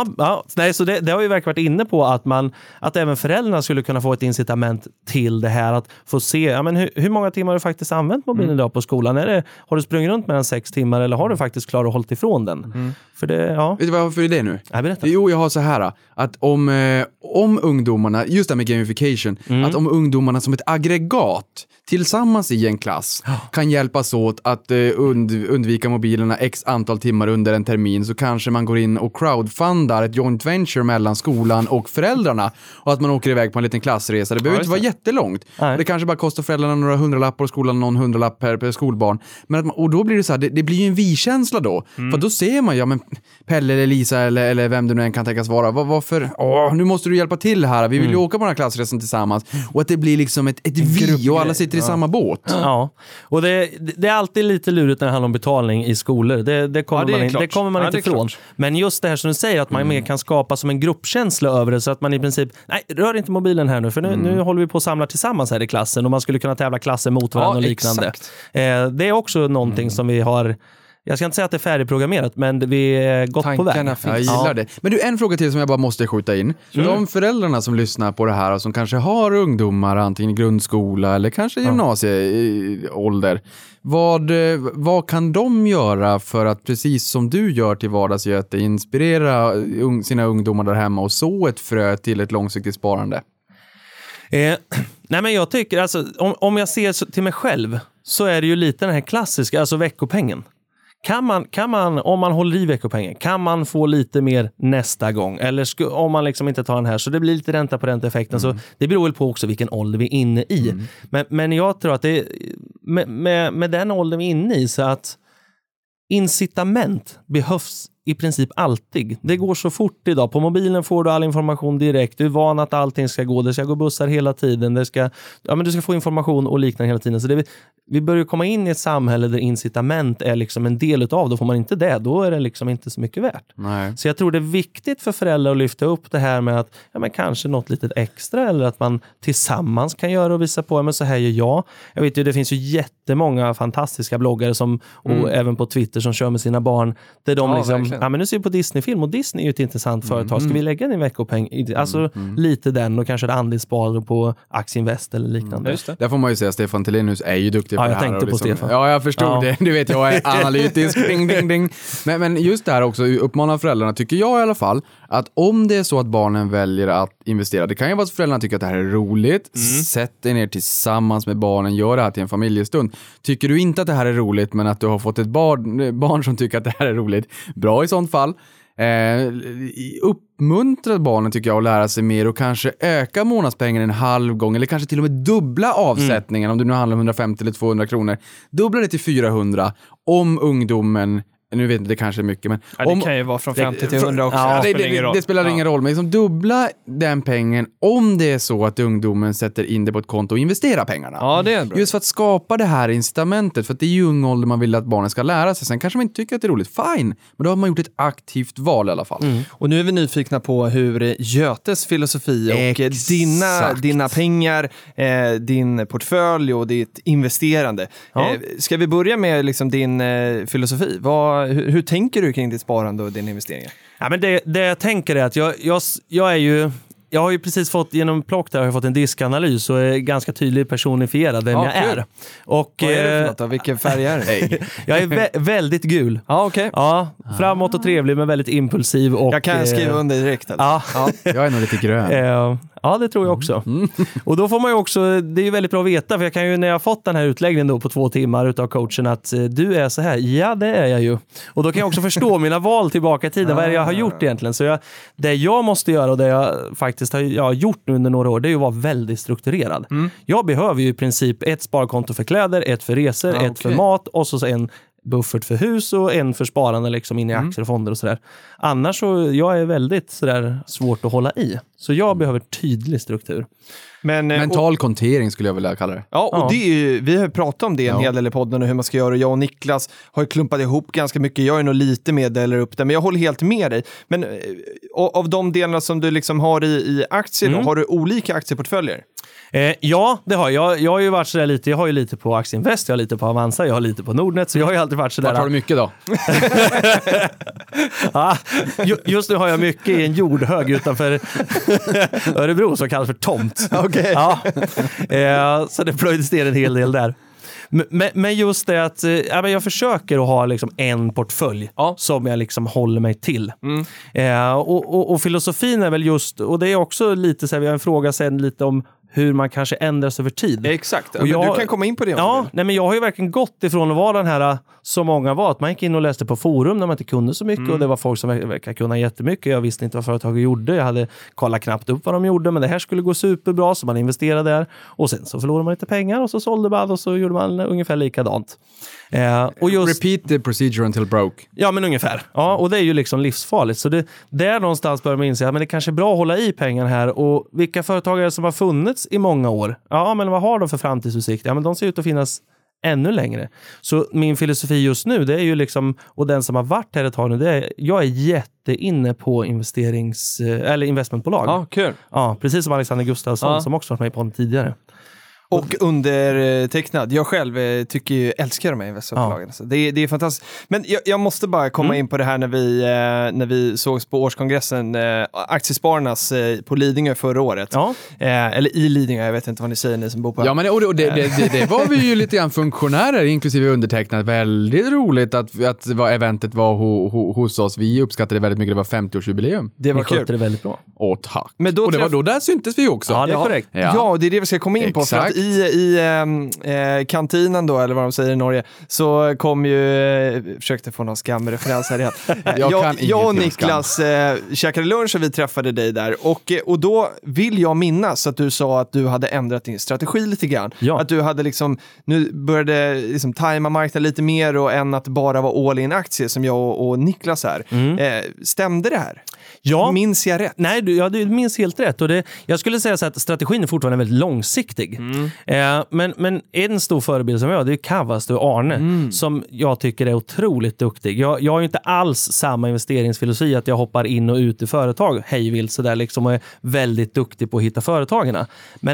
[SPEAKER 4] Nej, så det har ju verkligen varit inne på att även föräldrarna skulle kunna få ett incitament till det här. Att få se, men hur många timmar har du faktiskt använt mobilen idag på skolan? Har du sprungit runt mellan 6 timmar eller har du faktiskt klarat att hålla ifrån den? För det,
[SPEAKER 3] Vet du varför är det nu?
[SPEAKER 4] Jag berättar.
[SPEAKER 3] Jo, jag har så här att om ungdomarna, just det med gamification, att om ungdomarna som ett aggregat tillsammans i en klass kan hjälpas åt att undvika mobilerna x antal timmar under en termin, så kanske man går in och crowdfundar ett joint venture mellan skolan och föräldrarna och att man åker iväg på en liten klassresa. Det behöver inte vara jättelångt. Det kanske bara kostar föräldrarna några hundralappar och skolan någon hundralapp per skolbarn. Men och då blir det så här, det blir ju en vi-känsla då. För då ser man, ja men Pelle eller Lisa eller vem det nu än kan tänkas vara. Varför? Nu måste du hjälpa till här. Vi vill ju åka på den här klassresan tillsammans. Och att det blir liksom ett vi och alla sitter i samma båt.
[SPEAKER 4] Ja, och det är alltid lite lurigt när det handlar om betalning i skolor. Det kommer man inte ifrån. Men just det här som du säger, att man mer kan skapa som en gruppkänsla över det, så att man i princip, nej, rör inte mobilen här nu, för nu håller vi på att samla tillsammans här i klassen, och man skulle kunna tävla klasser mot varandra och liknande. Det är också någonting som vi har. Jag ska inte säga att det är färdigprogrammerat, men vi är gått på väg.
[SPEAKER 3] Jag gillar det. Men du, en fråga till som jag bara måste skjuta in. De föräldrarna som lyssnar på det här och som kanske har ungdomar antingen i grundskola eller kanske gymnasieålder. Vad kan de göra för att, precis som du gör till vardagsgöte, inspirera sina ungdomar där hemma och så ett frö till ett långsiktigt sparande?
[SPEAKER 4] Nej, men jag tycker, alltså, om jag ser till mig själv, så är det ju lite den här klassiska, alltså veckopengen. Kan man, om man håller i veckopengen, kan man få lite mer nästa gång? Eller om man liksom inte tar den här, så det blir lite ränta på ränta-effekten. Så det beror väl på också vilken ålder vi är inne i. Men jag tror att det är med den åldern vi är inne i, så att incitament behövs i princip alltid. Det går så fort idag. På mobilen får du all information direkt. Du är van att allting ska gå. Det ska gå bussar hela tiden. Du ska få information och liknande hela tiden. Så vi börjar komma in i ett samhälle där incitament är liksom en del utav. Då får man inte det. Då är det liksom inte så mycket värt.
[SPEAKER 3] Nej.
[SPEAKER 4] Så jag tror det är viktigt för föräldrar att lyfta upp det här med att kanske något litet extra, eller att man tillsammans kan göra och visa på. Men så här gör jag. Jag vet ju, det finns ju jättemånga fantastiska bloggare och även på Twitter som kör med sina barn. Där de liksom, men nu ser vi på Disney-film, och Disney är ju ett intressant företag. Ska vi lägga en veckopeng? Alltså lite den, och kanske ett andelssparare på Aktieinvest eller liknande.
[SPEAKER 3] Just det. Där får man ju säga att Stefan Telenius är ju duktig på det här.
[SPEAKER 4] Ja, jag tänkte på Stefan.
[SPEAKER 3] Ja, jag förstod det. Du vet, jag är analytisk. Ding, ding, ding. Men just det här också, uppmanar föräldrarna, tycker jag i alla fall, att om det är så att barnen väljer att investera, det kan ju vara att föräldrarna tycker att det här är roligt, sätt er ner tillsammans med barnen, gör det här till en familjestund. Tycker du inte att det här är roligt, men att du har fått ett barn som tycker att det här är roligt, bra i sånt fall. Uppmuntra barnen, tycker jag, att lära sig mer och kanske öka månadspengen en halv gång, eller kanske till och med dubbla avsättningen. Om du nu handlar om 150 eller 200 kronor, dubbla det till 400 om ungdomen. Nu vet jag inte, det kanske är mycket, men
[SPEAKER 2] det kan ju vara från 50 till 100 också.
[SPEAKER 3] Det spelar ingen roll, men liksom dubbla den pengen om det är så att ungdomen sätter in det på ett konto och investerar pengarna.
[SPEAKER 2] Ja, det är bra.
[SPEAKER 3] Just för att skapa det här incitamentet, för att det är ju ung ålder man vill att barnen ska lära sig. Sen kanske man inte tycker att det är roligt, fine, men då har man gjort ett aktivt val i alla fall.
[SPEAKER 2] Och nu är vi nyfikna på hur Götes filosofi och dina pengar, din portfölj och ditt investerande. Ska vi börja med liksom din filosofi? Hur tänker du kring ditt sparande och dina investeringar?
[SPEAKER 4] Ja, men det jag tänker är att jag har ju precis fått, genom Plock där, har jag fått en diskanalys och är ganska tydlig personifierad vem jag är. Och,
[SPEAKER 2] vad är det för något då? Vilken färg är det?
[SPEAKER 4] Jag är väldigt gul.
[SPEAKER 2] Ja, okej.
[SPEAKER 4] Ja, framåt och trevlig, men väldigt impulsiv. Och,
[SPEAKER 2] jag kan skriva under direkt.
[SPEAKER 4] Ja.
[SPEAKER 3] Jag är nog lite grön.
[SPEAKER 4] Ja, det tror jag också. Och då får man ju också, det är ju väldigt bra att veta, för jag kan ju, när jag har fått den här utläggningen då på 2 timmar utav coachen, att du är så här, ja det är jag ju. Och då kan jag också förstå mina val tillbaka i tiden, vad är det jag har gjort egentligen. Så det jag måste göra, och det jag faktiskt har gjort nu under några år, det är ju att vara väldigt strukturerad. Jag behöver ju i princip ett sparkonto för kläder, ett för resor, ett för mat, och så en buffert för hus och en för sparande liksom in i aktier och fonder och sådär. Annars så, jag är väldigt sådär svårt att hålla i. Så jag behöver tydlig struktur.
[SPEAKER 2] Men,
[SPEAKER 3] mental kontering skulle jag vilja kalla det.
[SPEAKER 2] Ja, och det är ju, vi har pratat om det en hel del i podden och hur man ska göra. Jag och Niklas har ju klumpat ihop ganska mycket. Jag är nog lite med delar upp det, men jag håller helt med dig. Men av de delarna som du liksom har i aktier då, har du olika aktieportföljer?
[SPEAKER 4] Ja, det har jag. Jag har ju varit sådär lite, jag har ju lite på Aktieinvest, jag har lite på Avanza, jag har lite på Nordnet, så jag har ju alltid varit sådär.
[SPEAKER 3] Vart har du mycket då?
[SPEAKER 4] Ja, just nu har jag mycket i en jordhög utanför Örebro som kallas för tomt.
[SPEAKER 2] Okej.
[SPEAKER 4] Ja, så det plöjdes ner en hel del där. Men just det att jag försöker att ha liksom en portfölj som jag liksom håller mig till. Och filosofin är väl just, och det är också lite så här, vi har en fråga sen lite om hur man kanske ändras över tid.
[SPEAKER 2] Exakt, och du kan komma in på det.
[SPEAKER 4] Ja, nej, men jag har ju verkligen gått ifrån att vara den här som många var, att man gick in och läste på forum när man inte kunde så mycket och det var folk som verkar kunna jättemycket. Jag visste inte vad företaget gjorde, jag hade kollat knappt upp vad de gjorde, men det här skulle gå superbra så man investerade där och sen så förlorade man lite pengar och så sålde man och så gjorde man ungefär likadant.
[SPEAKER 3] Och just, repeat the procedure until broke.
[SPEAKER 4] Ja, men ungefär. Ja, och det är ju liksom livsfarligt. Så det där någonstans börjar man inse att det kanske är bra att hålla i pengar här. Och vilka företagare som har funnits i många år, ja, men vad har de för framtidsutsikt? Ja, men de ser ut att finnas ännu längre. Så min filosofi just nu, det är ju liksom, och den som har varit här ett tag nu, det är, jag är jätteinne på investmentbolag.
[SPEAKER 2] Ja, kul.
[SPEAKER 4] Ja, precis som Alexander Gustafsson som också varit med på den tidigare.
[SPEAKER 2] Och undertecknad. Jag själv älskar de här investmentbolagen. Ja. Det är fantastiskt. Men jag måste bara komma in på det här när vi sågs på årskongressen Aktiespararnas på Lidingö förra året. Ja. Eller i Lidingö, jag vet inte vad ni säger, ni som bor på.
[SPEAKER 3] Ja, men det var vi ju lite grann funktionärer, inklusive undertecknad. Väldigt roligt att eventet var hos oss. Vi uppskattade väldigt mycket, det var 50-årsjubileum.
[SPEAKER 2] Det var kul.
[SPEAKER 4] Det väldigt bra.
[SPEAKER 3] Åh, tack. Men då det var då där syntes vi också.
[SPEAKER 4] Ja, det är korrekt.
[SPEAKER 2] Ja, det är det vi ska komma in på. För att i kantinen då, eller vad de säger i Norge, så kom ju, försökte få någon skamreferens här igen. Jag och Niklas käkade lunch och vi träffade dig där. Och då vill jag minnas att du sa att du hade ändrat din strategi lite grann. Ja. Att du hade liksom, nu började liksom tajma marknaden lite mer och än att bara vara all in aktier som jag och Niklas är. Stämde det här?
[SPEAKER 4] Ja.
[SPEAKER 2] Minns jag rätt?
[SPEAKER 4] Nej, du minns helt rätt. Och jag skulle säga så att strategin är fortfarande väldigt långsiktig. Men en stor förebild som jag har, det är Kavast och Arne som jag tycker är otroligt duktig. Jag har ju inte alls samma investeringsfilosofi att jag hoppar in och ut i företag hejvilt sådär liksom och är väldigt duktig på att hitta företagen.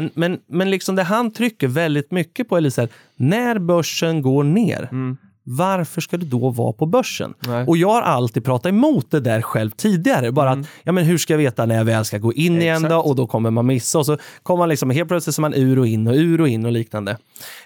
[SPEAKER 4] Men liksom det han trycker väldigt mycket på är så här, när börsen går ner, varför ska du då vara på börsen? Nej. Och jag har alltid pratat emot det där själv tidigare. Bara att, men hur ska jag veta när jag väl ska gå in igen då? Och då kommer man missa. Och så kommer man liksom helt plötsligt som man ur och in och liknande.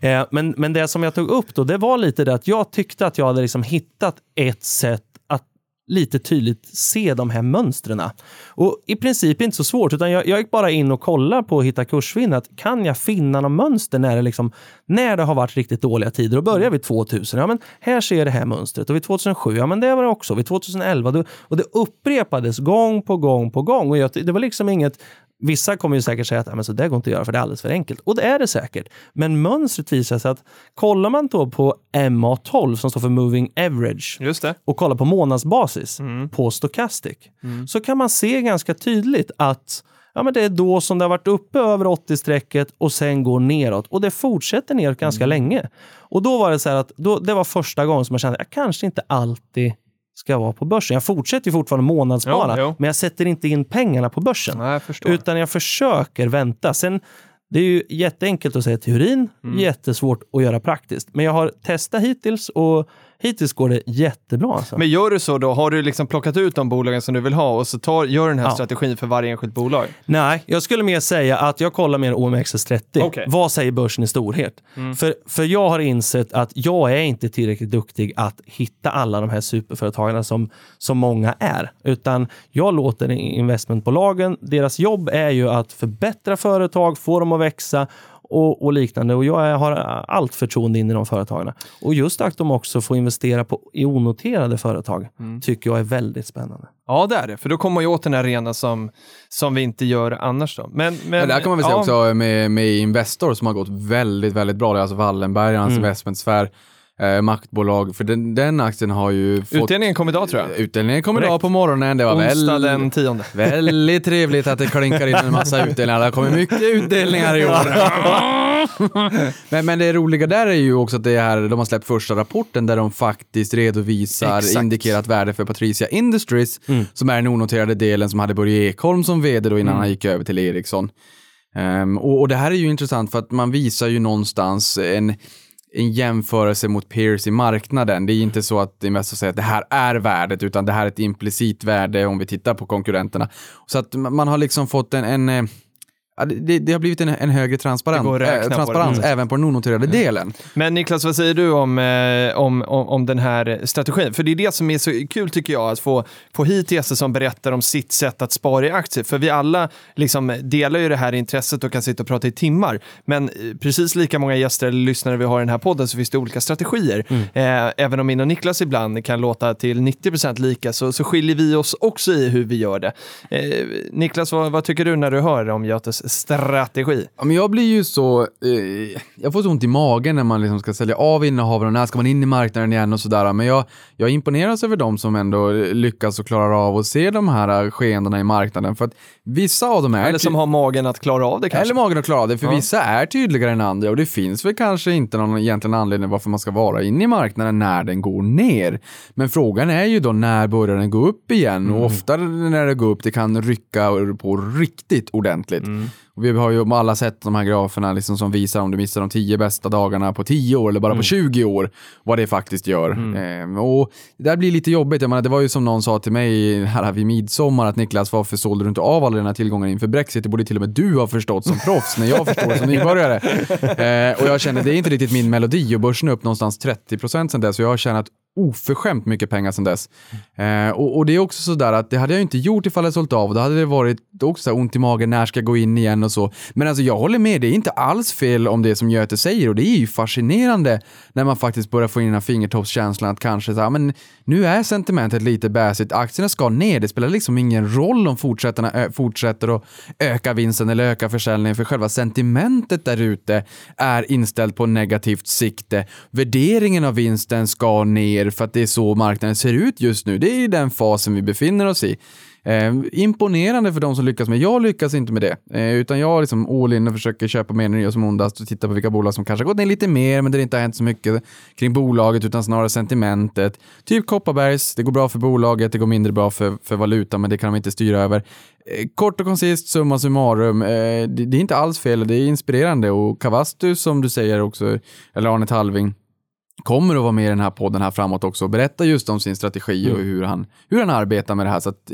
[SPEAKER 4] Men det som jag tog upp då, det var lite det att jag tyckte att jag hade liksom hittat ett sätt att lite tydligt se de här mönstren. Och i princip inte så svårt, utan jag gick bara in och kollade på att hitta kursvinnat. Kan jag finna någon mönster när det har varit riktigt dåliga tider? Och börjar vid 2000, ja men här ser det här mönstret. Och vid 2007, ja men det var det också. Vid 2011, och det upprepades gång på gång på gång. Och det var liksom inget. Vissa kommer ju säkert säga att men så det går inte att göra för det är alldeles för enkelt. Och det är det säkert. Men mönstret visar sig att kollar man då på MA12 som står för Moving Average.
[SPEAKER 2] Just det.
[SPEAKER 4] Och kollar på månadsbasis på Stochastic. Så kan man se ganska tydligt att men det är då som det har varit uppe över 80-strecket och sen går neråt. Och det fortsätter neråt ganska länge. Och då var det så här att det var första gången som jag kände att jag kanske inte alltid ska vara på börsen. Jag fortsätter ju fortfarande månadsspara, men jag sätter inte in pengarna på börsen.
[SPEAKER 2] Nej, jag
[SPEAKER 4] utan jag försöker vänta. Sen, det är ju jätteenkelt att säga teorin, jättesvårt att göra praktiskt. Men jag har testat hittills och hittills går det jättebra. Alltså.
[SPEAKER 2] Men gör du så då? Har du liksom plockat ut de bolagen som du vill ha och så gör den här strategin för varje enskilt bolag?
[SPEAKER 4] Nej, jag skulle mer säga att jag kollar mer OMXS30. Okay. Vad säger börsen i storhet? För jag har insett att jag är inte tillräckligt duktig att hitta alla de här superföretagarna som många är. Utan jag låter investmentbolagen, deras jobb är ju att förbättra företag, få dem att växa och liknande. Och jag har allt förtroende in i de företagarna. Och just att de också får investera i onoterade företag tycker jag är väldigt spännande.
[SPEAKER 2] Ja, det är det. För då kommer man ju åt den här arena som vi inte gör annars då. Men
[SPEAKER 3] där kan man väl säga också med Investor som har gått väldigt, väldigt bra. Det är alltså Wallenberg, hans investmentsfär. Maktbolag, för den aktien har ju fått...
[SPEAKER 2] Utdelningen kom idag tror jag.
[SPEAKER 3] Utdelningen kom idag på morgonen. Det var
[SPEAKER 2] onsdag den 10:e.
[SPEAKER 3] Väldigt trevligt att det klinkar in en massa utdelningar. Det kommer mycket utdelningar i år. men det roliga där är ju också att det här, de har släppt första rapporten där de faktiskt redovisar indikerat värde för Patricia Industries som är den onoterade delen som hade Börje Ekholm som vd då innan han gick över till Ericsson. Och det här är ju intressant för att man visar ju någonstans en jämförelse mot peers i marknaden. Det är inte så att det är mest att säga att det här är värdet, utan det här är ett implicit värde om vi tittar på konkurrenterna. Så att man har liksom fått det har blivit en högre transparens även på den onoterade delen.
[SPEAKER 2] Men Niklas, vad säger du om den här strategin? För det är det som är så kul tycker jag, att få hit gäster som berättar om sitt sätt att spara i aktier. För vi alla liksom delar ju det här intresset och kan sitta och prata i timmar. Men precis lika många gäster eller lyssnare vi har i den här podden så finns det olika strategier. Även om min och Niklas ibland kan låta till 90% lika så skiljer vi oss också i hur vi gör det. Niklas, vad tycker du när du hör om Götes strategi?
[SPEAKER 3] Ja, men jag blir ju så jag får så ont i magen när man liksom ska sälja av innehav och när ska man in i marknaden igen och sådär. Men jag imponeras över dem som ändå lyckas och klarar av att se de här skeendena i marknaden. För att vissa av dem är...
[SPEAKER 2] Eller som har magen att klara av det kanske.
[SPEAKER 3] Eller magen att klara av det, för vissa är tydligare än andra. Och det finns väl kanske inte någon egentligen anledning varför man ska vara inne i marknaden när den går ner. Men frågan är ju då när börjar den gå upp igen? Och ofta när det går upp, det kan rycka på riktigt ordentligt. Och vi har ju alla sett de här graferna liksom som visar om du missar de 10 bästa dagarna på 10 år eller bara på 20 år, vad det faktiskt gör. Och det där blir lite jobbigt. Jag menar, det var ju som någon sa till mig här vid midsommar att Niklas, varför sålde du inte av alla dina tillgångar inför Brexit? Det borde till och med du ha förstått som proffs när jag förstår som nybörjare. Och jag känner, det är inte riktigt min melodi, och börsen är upp någonstans 30% sen dess, så jag har tjänat oförskämt mycket pengar sedan dess. Och det är också så där att det hade jag inte gjort ifall jag sålt av. Då hade det varit också så ont i magen, när ska jag gå in igen och så. Men alltså jag håller med, det är inte alls fel om det som Göte säger, och det är ju fascinerande när man faktiskt börjar få in den här fingertoppskänslan att kanske så här, men nu är sentimentet lite bäsigt, aktierna ska ner, det spelar liksom ingen roll om fortsätter att öka vinsten eller öka försäljningen, för själva sentimentet där ute är inställt på negativt sikte. Värderingen av vinsten ska ner för att det är så marknaden ser ut just nu. Det är den fasen vi befinner oss i. Imponerande för de som lyckas, men jag lyckas inte med det. Utan jag liksom all in och försöker köpa mer när jag som ondast och titta på vilka bolag som kanske har gått ner lite mer, men det inte har hänt så mycket kring bolaget utan snarare sentimentet. Typ Kopparbergs, det går bra för bolaget, det går mindre bra för valuta, men det kan de inte styra över. Kort och koncist, summa summarum, det är inte alls fel, det är inspirerande. Och Kavastu som du säger också, eller Arne Talving, kommer att vara med i den här podden här framåt också och berätta just om sin strategi och hur han arbetar med det här. Så att,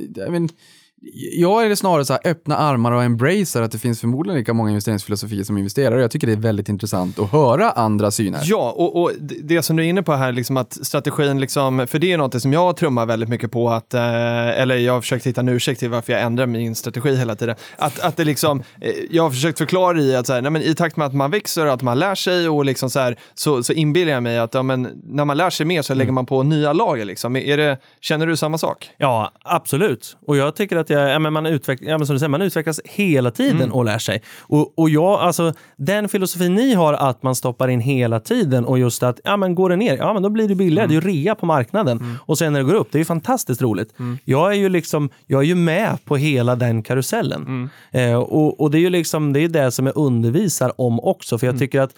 [SPEAKER 3] jag är det snarare så här öppna armar och embracer att det finns förmodligen lika många investeringsfilosofier som investerare. Jag tycker det är väldigt intressant att höra andra syner.
[SPEAKER 2] Ja, och det som du är inne på här, liksom att strategin, liksom, för det är något som jag trummar väldigt mycket på, att, eller jag har försökt hitta en ursäkt till varför jag ändrar min strategi hela tiden. Att det liksom, jag har försökt förklara i att så här, nej, men i takt med att man växer och att man lär sig och liksom så inbillar jag mig att men, när man lär sig mer så lägger man på nya lager. Liksom. Känner du samma sak?
[SPEAKER 4] Ja, absolut. Och jag tycker att man utvecklas hela tiden och lär sig. Och jag, alltså, den filosofin ni har att man stoppar in hela tiden och just att, går det ner, men då blir det billigare. Det är ju rea på marknaden. Och sen när det går upp, det är ju fantastiskt roligt. Jag är ju med på hela den karusellen. Och det är ju liksom, det är det som jag undervisar om också. För jag tycker att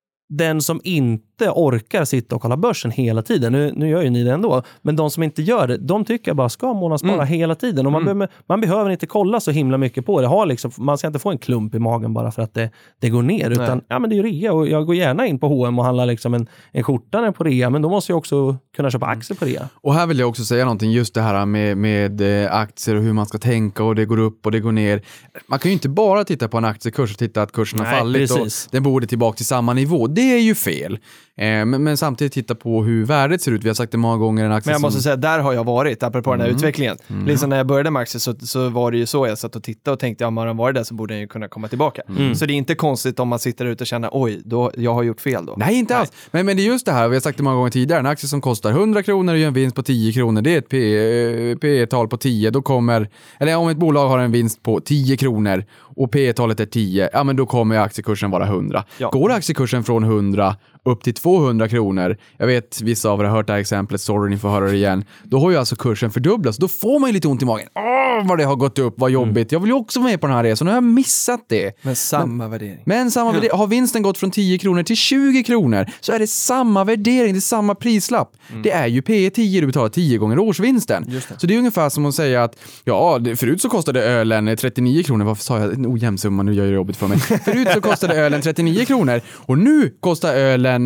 [SPEAKER 4] den som inte orkar sitta och kolla börsen hela tiden, nu gör ju ni det ändå, men de som inte gör det, de tycker bara ska månadsspara hela tiden, och man behöver inte kolla så himla mycket på det. Man ska inte få en klump i magen bara för att det går ner, utan men det är ju rea, och jag går gärna in på H&M och handlar liksom en skjorta på rea, men då måste jag också kunna köpa aktier på rea. Och
[SPEAKER 3] här vill jag också säga någonting, just det här med aktier och hur man ska tänka, och det går upp och det går ner. Man kan ju inte bara titta på en aktiekurs och titta att kursen har fallit och den borde tillbaka till samma nivå. Det är ju fel. Men samtidigt titta på hur värdet ser ut. Vi har sagt det många gånger. En aktie,
[SPEAKER 2] men jag måste säga, där har jag varit, apropå den här utvecklingen. Liksom när jag började med aktier så var det ju så, jag satt och tittade och tänkte, om man var där så borde den ju kunna komma tillbaka. Så det är inte konstigt om man sitter ute och känner, oj, jag har gjort fel då.
[SPEAKER 3] Nej, inte alls. Men det är just det här, vi har sagt det många gånger tidigare, en aktie som kostar 100 kronor och gör en vinst på 10 kronor, det är ett P-tal på 10, då kommer, eller om ett bolag har en vinst på 10 kronor och P-talet är 10, men då kommer aktiekursen vara 100. Ja. Går aktiekursen från 100 upp till 200 kronor, jag vet vissa av er har hört det här exemplet, sorry, ni får höra det igen, då har ju alltså kursen fördubblats, då får man ju lite ont i magen. vad det har gått upp, vad jobbigt. Jag vill ju också vara med på den här resan och jag har missat det.
[SPEAKER 2] Men samma värdering.
[SPEAKER 3] Men samma värdering. Har vinsten gått från 10 kronor till 20 kronor så är det samma värdering, det är samma prislapp. Det är ju P10, du betalar 10 gånger årsvinsten. Så det är ungefär som att säga att förut så kostade ölen 39 kronor. Varför sa jag en ojämn summa? Nu gör jag jobbet för mig. Förut så kostade ölen 39 kronor och nu kostar ölen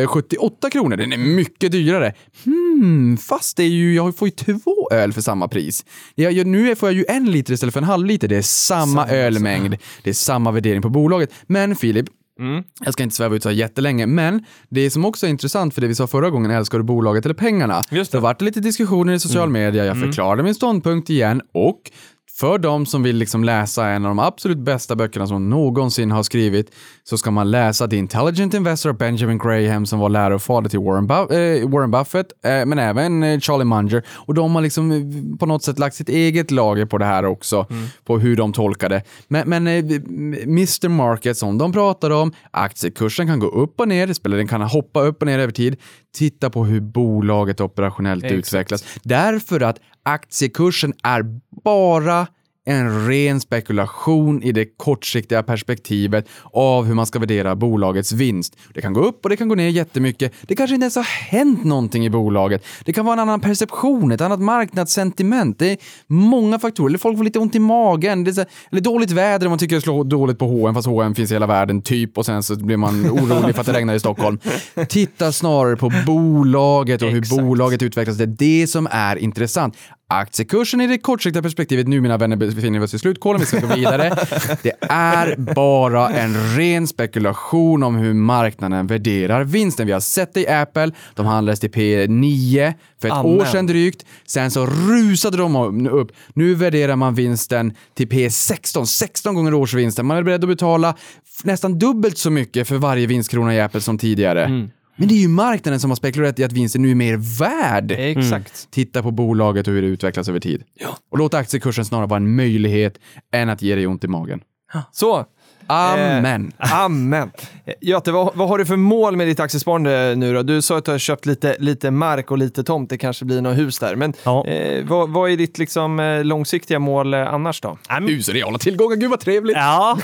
[SPEAKER 3] 78 kronor. Den är mycket dyrare. Fast det är ju, jag får ju 2 öl för samma pris. Nu får jag ju 1 liter istället för en halv liter. Det är samma ölmängd. Det är samma värdering på bolaget. Men Filip, jag ska inte sväva ut så här jättelänge, men det som också är intressant för det vi sa förra gången, älskar du bolaget eller pengarna?
[SPEAKER 2] Just det.
[SPEAKER 3] Det har varit lite diskussioner i social media, jag förklarade min ståndpunkt igen och för de som vill liksom läsa en av de absolut bästa böckerna som någonsin har skrivit så ska man läsa The Intelligent Investor av Benjamin Graham som var lärare och fader till Warren Buffett men även Charlie Munger. Och de har liksom på något sätt lagt sitt eget lager på det här också på hur de tolkar det. Men Mr. Market som de pratar om, aktiekursen kan gå upp och ner, den kan hoppa upp och ner över tid. Titta på hur bolaget operationellt utvecklas. Därför att aktiekursen är bara en ren spekulation i det kortsiktiga perspektivet av hur man ska värdera bolagets vinst. Det kan gå upp och det kan gå ner jättemycket. Det kanske inte ens har hänt någonting i bolaget. Det kan vara en annan perception, ett annat marknadssentiment. Det är många faktorer. Eller folk får lite ont i magen. Det är eller dåligt väder om man tycker det slår dåligt på H&M fast H&M finns i hela världen typ och sen så blir man orolig för att det regnar i Stockholm. Titta snarare på bolaget och hur bolaget utvecklas. Det är det som är intressant. Aktiekursen i det kortsiktiga perspektivet, nu mina vänner befinner vi oss i slutkålen, vi ska gå vidare. Det är bara en ren spekulation om hur marknaden värderar vinsten. Vi har sett det i Apple, de handlades till P9 för ett år sedan drygt. Sen så rusade de upp. Nu värderar man vinsten till P16, 16 gånger årsvinsten. Man är beredd att betala nästan dubbelt så mycket för varje vinstkrona i Apple som tidigare. Men det är ju marknaden som har spekulerat i att vinsten nu är mer värd.
[SPEAKER 2] Exakt.
[SPEAKER 3] Titta på bolaget och hur det utvecklas över tid. Och låt aktiekursen snarare vara en möjlighet än att ge dig ont i magen.
[SPEAKER 2] Så.
[SPEAKER 3] Amen.
[SPEAKER 2] Amen. Göte, vad har du för mål med ditt aktiesparande nu då? Du sa att du har köpt lite mark och lite tomt. Det kanske blir något hus där. Men vad är ditt liksom, långsiktiga mål annars då?
[SPEAKER 3] Hus och reala tillgångar, gud vad trevligt.
[SPEAKER 4] Ja,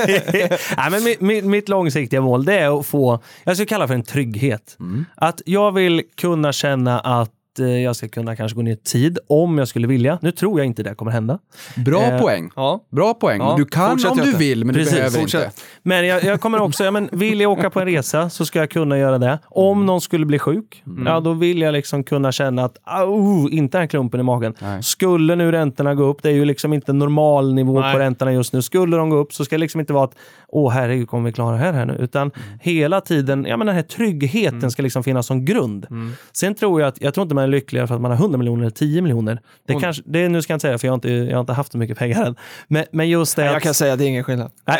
[SPEAKER 4] men mitt långsiktiga mål det är att få, jag ska kalla för en trygghet. Att jag vill kunna känna att jag ska kunna kanske gå ner tid om jag skulle vilja. Nu tror jag inte det kommer hända.
[SPEAKER 3] Bra poäng.
[SPEAKER 2] Ja.
[SPEAKER 3] Bra poäng.
[SPEAKER 2] Ja.
[SPEAKER 3] Du kan om du vill, men
[SPEAKER 4] Precis.
[SPEAKER 3] du behöver inte.
[SPEAKER 4] Men jag kommer också, vill jag åka på en resa så ska jag kunna göra det. Om någon skulle bli sjuk, då vill jag liksom kunna känna att inte en klumpen i magen.
[SPEAKER 3] Nej.
[SPEAKER 4] Skulle nu räntorna gå upp, det är ju liksom inte normal nivå på räntorna just nu. Skulle de gå upp så ska det liksom inte vara att herregud, kommer vi klara det här nu? Utan hela tiden, den här tryggheten ska liksom finnas som grund. Sen tror jag tror inte man är lyckligare för att man har 100 miljoner eller 10 miljoner. Det nu ska jag inte säga för jag har inte haft så mycket pengar än. Men just det
[SPEAKER 2] Jag kan säga att det är ingen skillnad.
[SPEAKER 4] Nej,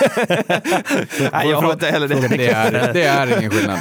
[SPEAKER 2] jag har inte heller det.
[SPEAKER 3] Det är ingen skillnad.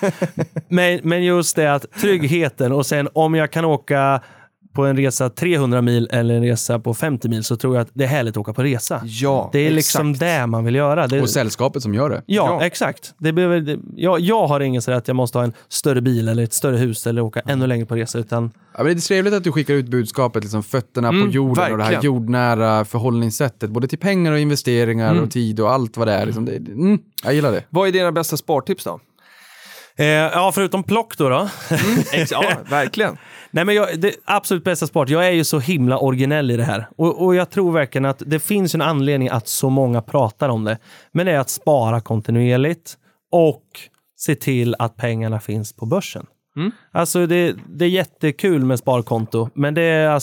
[SPEAKER 4] men just det att tryggheten och sen om jag kan åka på en resa 300 mil eller en resa på 50 mil så tror jag att det är härligt att åka på resa.
[SPEAKER 2] Ja,
[SPEAKER 4] det är liksom det man vill göra.
[SPEAKER 3] Och sällskapet som gör det.
[SPEAKER 4] Ja, exakt. Jag har ingen så att jag måste ha en större bil eller ett större hus eller åka ännu längre på resa utan...
[SPEAKER 3] Ja, men det är trevligt att du skickar ut budskapet, liksom fötterna på jorden verkligen. Och det här jordnära förhållningssättet. Både till pengar och investeringar och tid och allt vad det är. Liksom jag gillar det.
[SPEAKER 2] Vad är dina bästa spartips då?
[SPEAKER 4] Förutom plock då.
[SPEAKER 2] Ja, verkligen.
[SPEAKER 4] Nej, men det absolut bästa sport. Jag är ju så himla originell i det här. Och jag tror verkligen att det finns en anledning att så många pratar om det. Men det är att spara kontinuerligt och se till att pengarna finns på börsen. Alltså det är jättekul med sparkonto, men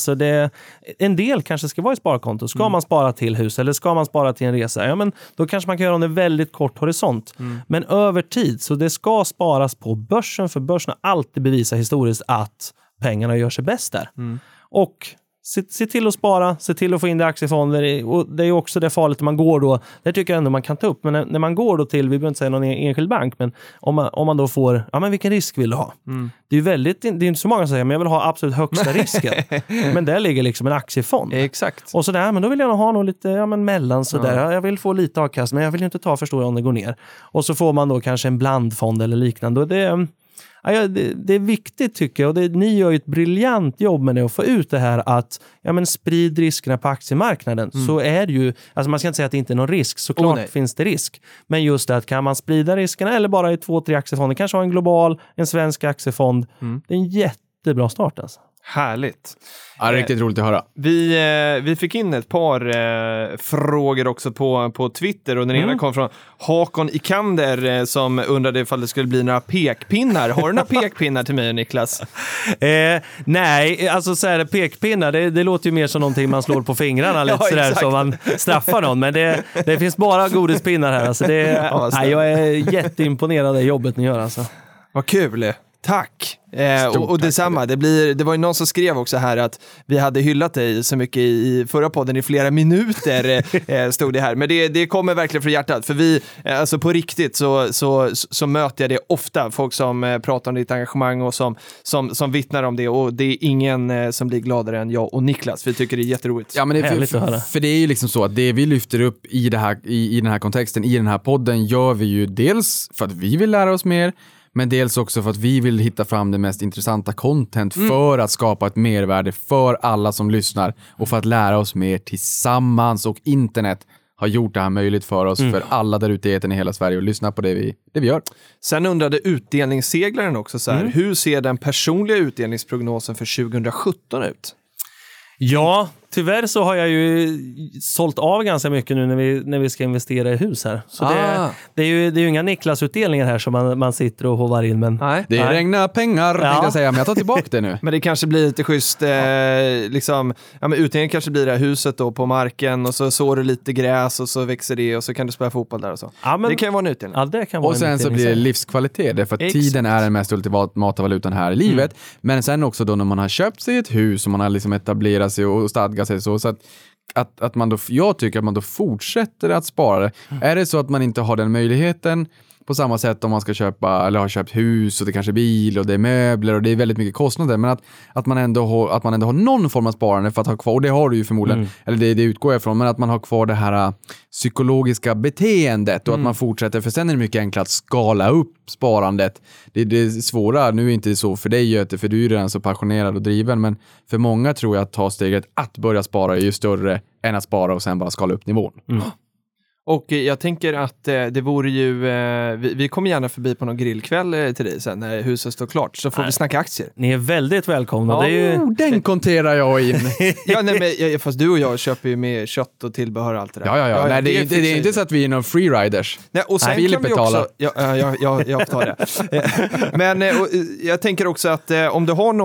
[SPEAKER 4] en del kanske ska vara i sparkonto. Ska man spara till hus eller ska man spara till en resa? Men då kanske man kan göra det väldigt kort horisont. Men över tid, så det ska sparas på börsen, för börsen har alltid bevisat historiskt att pengarna gör sig bäst där. Och se till att spara, se till att få in det i aktiefonder. Och det är också det farligt när man går då. Det tycker jag ändå man kan ta upp. Men när man går då till, vi behöver inte säga någon enskild bank, men om man då får, men vilken risk vill du ha? Det är inte så många som säger, men jag vill ha absolut högsta risken. Men där ligger liksom en aktiefond.
[SPEAKER 2] Exakt.
[SPEAKER 4] Och sådär, men då vill jag nog ha något lite, mellan sådär. Jag vill få lite avkast, men jag vill inte ta för stora om det går ner. Och så får man då kanske en blandfond eller liknande. Och det är viktigt tycker jag, och ni gör ju ett briljant jobb med det att få ut det här att sprid riskerna på aktiemarknaden. Så är det ju, alltså man ska inte säga att det inte är någon risk, såklart finns det risk. Men just det att kan man sprida riskerna eller bara i 2-3 aktiefonder, kanske ha en global, en svensk aktiefond. Det är en jättebra start alltså.
[SPEAKER 2] Härligt.
[SPEAKER 3] Ja, riktigt roligt att höra.
[SPEAKER 2] Vi fick in ett par frågor också på Twitter och den ena kom från Håkon Ikander som undrade ifall det skulle bli några pekpinnar. Har du några pekpinnar till mig och Niklas?
[SPEAKER 4] Nej, alltså så här, pekpinnar, det låter ju mer som någonting man slår på fingrarna lite sådär som man straffar någon. Men det finns bara godispinnar här. Alltså jag är jätteimponerad av jobbet ni gör alltså.
[SPEAKER 2] Vad kul! Tack! Och detsamma, det var ju någon som skrev också här att vi hade hyllat dig så mycket i förra podden i flera minuter stod det här, men det kommer verkligen från hjärtat, för vi, alltså på riktigt så möter jag det ofta, folk som pratar om ditt engagemang och som vittnar om det, och det är ingen som blir gladare än jag och Niklas, vi tycker det är jätteroligt.
[SPEAKER 3] Ja, men för det är ju liksom så att det vi lyfter upp i den här kontexten, i den här podden, gör vi ju dels för att vi vill lära oss mer, men dels också för att vi vill hitta fram det mest intressanta content för att skapa ett mervärde för alla som lyssnar och för att lära oss mer tillsammans, och internet har gjort det här möjligt för oss, för alla där ute i hela Sverige, och lyssna på det vi gör.
[SPEAKER 2] Sen undrade utdelningsseglaren också så här, hur ser den personliga utdelningsprognosen för 2017 ut?
[SPEAKER 4] Ja, tyvärr så har jag ju sålt av ganska mycket nu när vi ska investera i hus här. Så det är ju inga Niklas-utdelningar här som man sitter och hovar in. Men
[SPEAKER 3] det regnar pengar, tänkte jag säga, men jag tar tillbaka det nu.
[SPEAKER 2] Men det kanske blir lite schysst, men utdelningen kanske blir det här huset då på marken, och så sår du lite gräs och så växer det, och så kan du spela fotboll där och så. Ja, men, det kan ju vara en utdelning.
[SPEAKER 4] Ja, det kan vara
[SPEAKER 3] och sen så blir det livskvalitet, därför att tiden är den mest ultimata valutan här i livet. Men sen också då när man har köpt sig ett hus och man har liksom etablerat sig och stadgat sig så att man då, jag tycker att man då fortsätter att spara. Är det så att man inte har den möjligheten på samma sätt om man ska köpa eller har köpt hus och det kanske är bil och det är möbler och det är väldigt mycket kostnader, men att man ändå har någon form av sparande för att ha kvar, och det har du ju förmodligen, eller det utgår jag ifrån, men att man har kvar det här psykologiska beteendet och att man fortsätter, för sen är det mycket enklare att skala upp sparandet. Det svåra, nu är inte så för dig Göte, för du är redan så passionerad och driven, men för många tror jag att ta steget att börja spara är ju större än att spara och sen bara skala upp nivån.
[SPEAKER 2] Och jag tänker att det vore ju, vi kommer gärna förbi på någon grillkväll till dig sen när huset står klart, så får vi snacka aktier.
[SPEAKER 4] Ni är väldigt välkomna.
[SPEAKER 2] Ja.
[SPEAKER 4] Det är ju...
[SPEAKER 3] Den konterar jag in.
[SPEAKER 2] Fast du och jag köper ju med kött och tillbehör och allt det där.
[SPEAKER 3] Ja. Nej, det är inte så att vi är några freeriders.
[SPEAKER 2] Nej, och sen kan vi också... Jag tar det. Men jag tänker också att om du har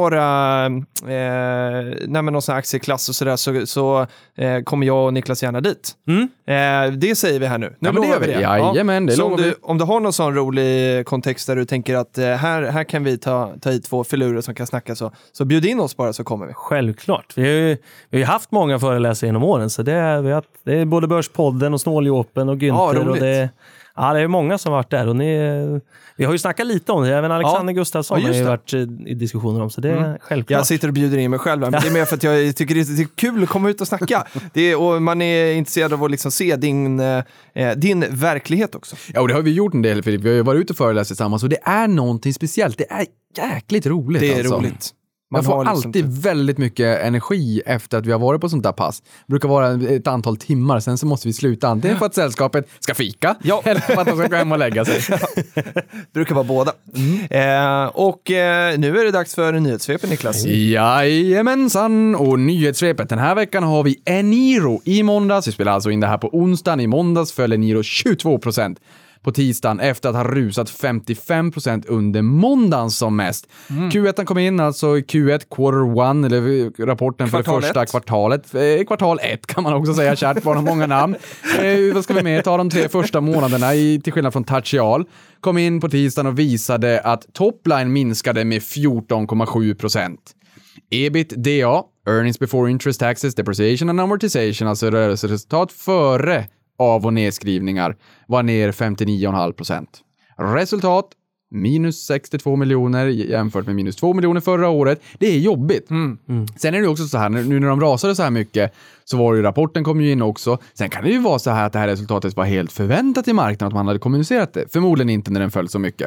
[SPEAKER 2] någon sån här aktieklass och sådär, så kommer jag och Niklas gärna dit. Det säger vi här nu. Nu lovar vi det.
[SPEAKER 3] Jajamän, det lovar vi.
[SPEAKER 2] Om du har någon sån rolig kontext där du tänker att här kan vi ta hit 2 filurer som kan snacka, så bjud in oss bara, så kommer vi.
[SPEAKER 4] Självklart. Vi har ju haft många föreläsare genom åren, så det är både Börspodden och Snåljåpen och Günther, och det är många som har varit där, och vi har ju snackat lite om det. Även Alexander Gustafsson har ju varit i diskussioner om, så det är självklart.
[SPEAKER 2] Jag sitter och bjuder in mig själv, men det är mer för att jag tycker det är kul att komma ut och snacka. Och man är intresserad av att liksom se din verklighet också.
[SPEAKER 3] Ja, och det har vi gjort en del, Filip. Vi har ju varit ute och föreläst tillsammans, och det är någonting speciellt. Det är jäkligt roligt.
[SPEAKER 2] Det är roligt.
[SPEAKER 3] Man får alltid väldigt mycket energi efter att vi har varit på sånt där pass. Det brukar vara ett antal timmar, sen så måste vi sluta. Antingen för att sällskapet ska fika, eller för att de ska gå hem och lägga sig.
[SPEAKER 2] Det brukar vara båda. Nu är det dags för nyhetssvepet, Niklas.
[SPEAKER 3] Jajamensan, och nyhetssvepet. Den här veckan har vi Eniro i måndags. Vi spelar alltså in det här på onsdagen. I måndags föll Eniro 22%. På tisdagen efter att ha rusat 55% under måndagen som mest. Q1 kom in, alltså Q1, quarter 1, eller rapporten för det första kvartalet. Kvartal 1 kan man också säga, kärt barn har många namn. Vad ska vi med? Ta de 3 första månaderna, till skillnad från Tertial. Kom in på tisdagen och visade att topline minskade med 14,7%. EBITDA, earnings before interest, taxes, depreciation and amortization, alltså rörelseresultat före av- och nedskrivningar, var ner 59,5%. Resultat minus 62 miljoner jämfört med minus 2 miljoner förra året. Det är jobbigt. Sen är det också så här, nu när de rasade så här mycket, så var ju rapporten kom ju in också. Sen kan det ju vara så här att det här resultatet var helt förväntat i marknaden, att man hade kommunicerat det. Förmodligen inte när den föll så mycket.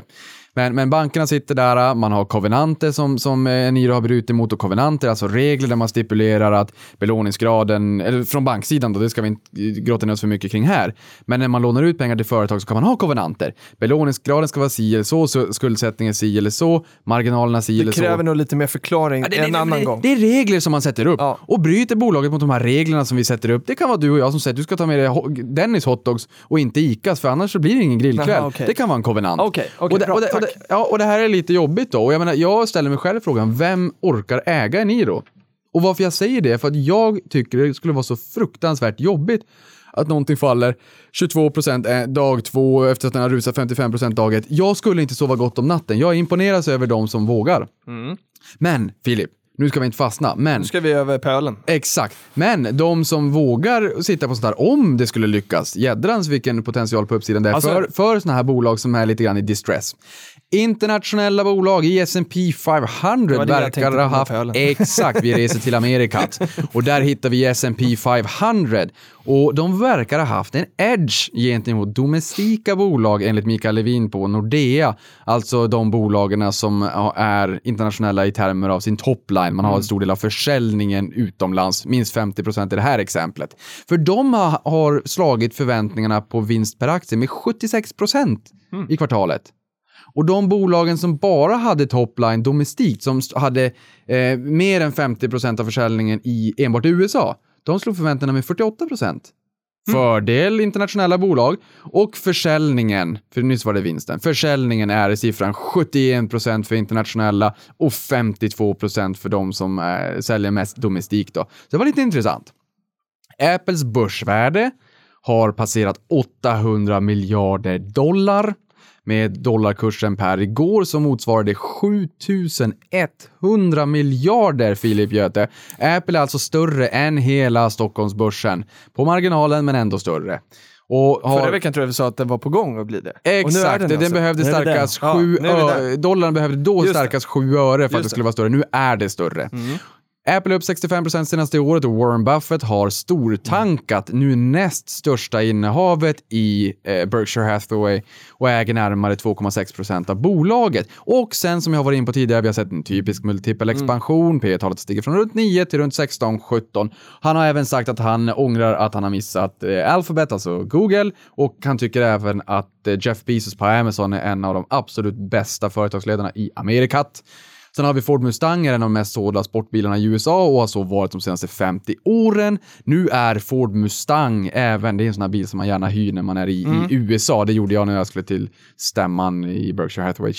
[SPEAKER 3] Men bankerna sitter där, man har kovenanter som Eniro har brutit emot, och kovenanter, alltså regler där man stipulerar att belåningsgraden, eller från banksidan då, det ska vi inte gråta ner oss för mycket kring här, men när man lånar ut pengar till företag så kan man ha kovenanter. Belåningsgraden ska vara si eller så skuldsättningen si eller så, marginalerna si eller så.
[SPEAKER 2] Det kräver nog lite mer förklaring en annan gång.
[SPEAKER 3] Det är regler som man sätter upp, och bryter bolaget mot de här reglerna som vi sätter upp, det kan vara du och jag som säger att du ska ta med dig Dennis hotdogs och inte Icas, för annars så blir det ingen grillkväll.
[SPEAKER 2] Aha, okay.
[SPEAKER 3] Det kan vara en kovenant.
[SPEAKER 2] Bra,
[SPEAKER 3] och det här är lite jobbigt då. Och jag menar, jag ställer mig själv frågan, vem orkar äga Eniro? Och varför jag säger det är för att jag tycker det skulle vara så fruktansvärt jobbigt att någonting faller 22% dag 2 efter att den har rusat 55% dag 1. Jag skulle inte sova gott om natten. Jag imponeras över de som vågar. Men, Filip, nu ska vi inte fastna. Men,
[SPEAKER 2] nu ska vi över pölen.
[SPEAKER 3] Exakt. Men de som vågar sitta på sånt här, om det skulle lyckas, jädrans vilken potential på uppsidan det är för såna här bolag som är lite grann i distress. Internationella bolag i S&P 500 verkar ha haft... Exakt, vi reser till Amerikat. Och där hittar vi S&P 500. Och de verkar ha haft en edge gentemot domestika bolag enligt Mikael Levin på Nordea. Alltså de bolagen som är internationella i termer av sin topline. Man har en stor del av försäljningen utomlands. Minst 50% i det här exemplet. För de har slagit förväntningarna på vinst per aktie med 76% i kvartalet. Och de bolagen som bara hade topline domestikt, som hade mer än 50% av försäljningen i enbart USA, de slog förväntningarna med 48%. Fördel internationella bolag, och försäljningen, för nyss var det vinsten, försäljningen är i siffran 71% för internationella och 52% för de som säljer mest domestikt då. Så det var lite intressant. Apples börsvärde har passerat 800 miljarder dollar. Med dollarkursen per igår så motsvarade 7100 miljarder, Filip Göte. Apple är alltså större än hela Stockholmsbörsen. På marginalen, men ändå större. Och
[SPEAKER 2] förra veckan tror jag vi sa att den var på gång att bli det.
[SPEAKER 3] Exakt, och nu är den behövde stärkas 7 öre. Dollarn behövde då stärkas 7 öre för att det skulle vara större. Nu är det större. Apple upp 65% senaste året, och Warren Buffett har stortankat nu näst största innehavet i Berkshire Hathaway och äger närmare 2,6% av bolaget. Och sen som jag har varit in på tidigare, vi har sett en typisk multipel expansion. P-talet stiger från runt 9 till runt 16-17. Han har även sagt att han ångrar att han har missat Alphabet, alltså Google, och han tycker även att Jeff Bezos på Amazon är en av de absolut bästa företagsledarna i Amerikat. Sen har vi Ford Mustang, en av de mest sålda sportbilarna i USA och har så varit de senaste 50 åren. Nu är Ford Mustang även, det är en sån här bil som man gärna hyr när man är i USA. Det gjorde jag när jag skulle till stämman i Berkshire Hathaway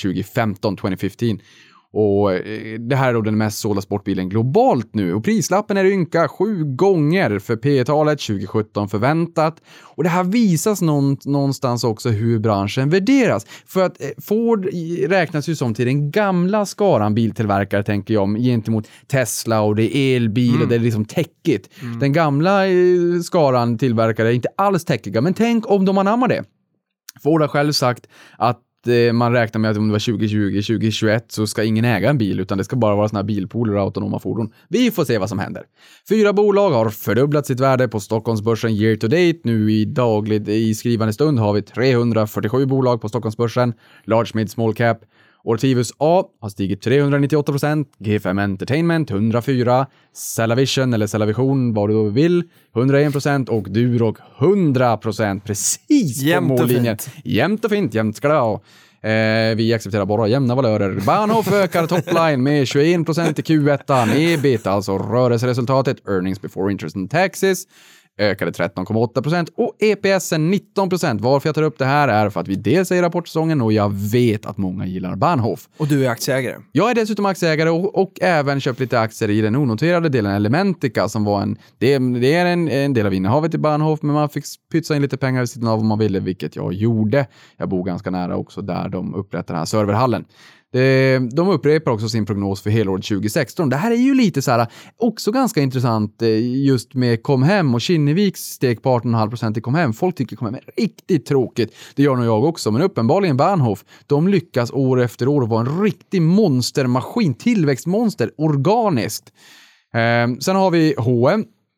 [SPEAKER 3] 2015. Och det här är då den mest sålda sportbilen globalt nu. Och prislappen är ynka 7 gånger för P-talet 2017 förväntat. Och det här visas någonstans också hur branschen värderas. För att Ford räknas ju som till den gamla skaran biltillverkare, tänker jag, gentemot Tesla, och det är elbil och det är liksom techigt. Den gamla skaran tillverkare är inte alls techiga, men tänk om de anammar det. Ford har själv sagt att man räknar med att om det var 2020-2021 så ska ingen äga en bil, utan det ska bara vara såna här bilpooler och autonoma fordon. Vi får se vad som händer. 4 bolag har fördubblat sitt värde på Stockholmsbörsen year to date. Nu i skrivande stund har vi 347 bolag på Stockholmsbörsen. Large, mid, small cap. Ortivus A har stigit 398%, G5 Entertainment 104%, Cellavision eller Cellavision, vad du då vill, 101% och Duroc 100%, precis på mållinjen. Jämnt och fint, jämnt ska det vara. Vi accepterar bara jämna valörer. Bahnhof ökar topline med 21% i Q1, EBIT, alltså rörelseresultatet, earnings before interest and taxes, ökade 13,8% och EPSen 19%. Varför jag tar upp det här är för att vi dels är i rapportsäsongen och jag vet att många gillar Bahnhof.
[SPEAKER 2] Och du är aktieägare?
[SPEAKER 3] Jag är dessutom aktieägare och även köpt lite aktier i den onoterade delen Elementica som var det är en del av innehavet i Bahnhof, men man fick pytsa in lite pengar i sidan av om man ville, vilket jag gjorde. Jag bor ganska nära också där de upprättar den här serverhallen. De upprepar också sin prognos för helåret 2016. Det här är ju lite så här också ganska intressant just med Comhem och Kinneviks steg på 18,5% i Comhem. Folk tycker Comhem är riktigt tråkigt. Det gör nog jag också, men uppenbarligen Bahnhof. De lyckas år efter år vara en riktig monstermaskin, tillväxtmonster, organiskt. Sen har vi H&M.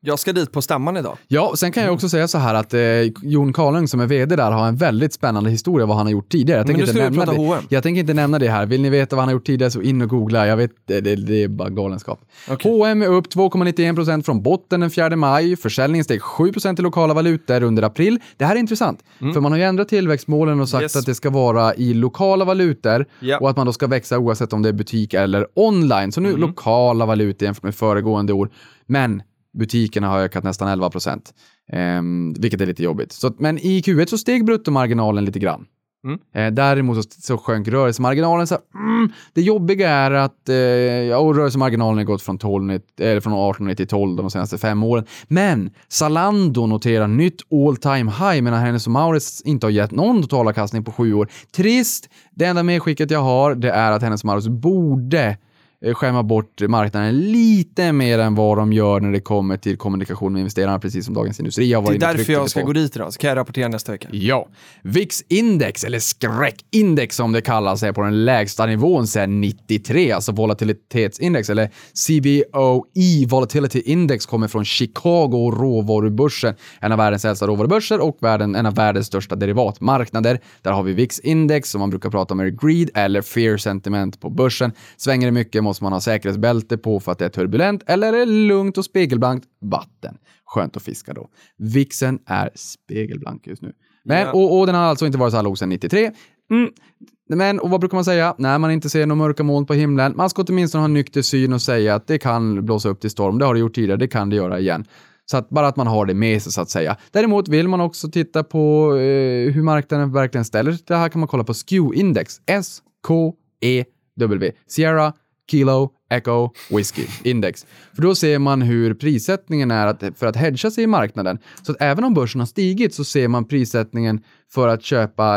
[SPEAKER 2] Jag ska dit på stämman idag.
[SPEAKER 3] Ja, sen kan jag också säga så här att Jon Karlung som är vd där har en väldigt spännande historia vad han har gjort tidigare. Jag tänker inte nämna det här. Vill ni veta vad han har gjort tidigare så in och googla. Jag vet, det är bara galenskap. Okay. H&M är upp 2,91% från botten den 4 maj. Försäljningen steg 7% i lokala valutor under april. Det här är intressant. För man har ju ändrat tillväxtmålen och sagt att det ska vara i lokala valutor och att man då ska växa oavsett om det är butik eller online. Så nu lokala valutor jämfört med föregående år. Men butikerna har ökat nästan 11%. Vilket är lite jobbigt. Men i Q1 så steg bruttomarginalen lite grann. Däremot så sjönk rörelsemarginalen. Så, det jobbiga är att rörelsemarginalen har gått från 18 till 12 de senaste 5 åren. Men Zalando noterar nytt all time high medan Hennes & Mauritz inte har gett någon totalavkastning på 7 år. Trist. Det enda medskicket jag har det är att Hennes & Mauritz borde skämma bort marknaden lite mer än vad de gör när det kommer till kommunikation med investerarna, precis som Dagens Industri har varit.
[SPEAKER 2] Det är därför jag ska gå dit idag, så kan jag rapportera nästa vecka.
[SPEAKER 3] Ja. VIX-index, eller skräckindex som det kallas, är på den lägsta nivån sedan 93, alltså volatilitetsindex, eller CBOE Volatility Index, kommer från Chicago råvarubörsen, en av världens äldsta råvarubörser och en av världens största derivatmarknader. Där har vi VIX-index som man brukar prata om är greed eller fear sentiment på börsen. Svänger det mycket måste man ha säkerhetsbälte på för att det är turbulent, eller är det lugnt och spegelblankt vatten. Skönt att fiska då. VIXen är spegelblank just nu. Men, och den har alltså inte varit så här låg sedan 93. Men, och vad brukar man säga? När man inte ser några mörka moln på himlen, man ska åtminstone ha en nykter syn och säga att det kan blåsa upp till storm. Det har det gjort tidigare, det kan det göra igen. Så att bara att man har det med sig så att säga. Däremot vill man också titta på hur marknaden verkligen ställer. Det här kan man kolla på SKEW-index. SKEW. Sierra, Kilo, Echo, Whiskey Index. För då ser man hur prissättningen är för att hedga sig i marknaden. Så att även om börsen har stigit så ser man prissättningen för att köpa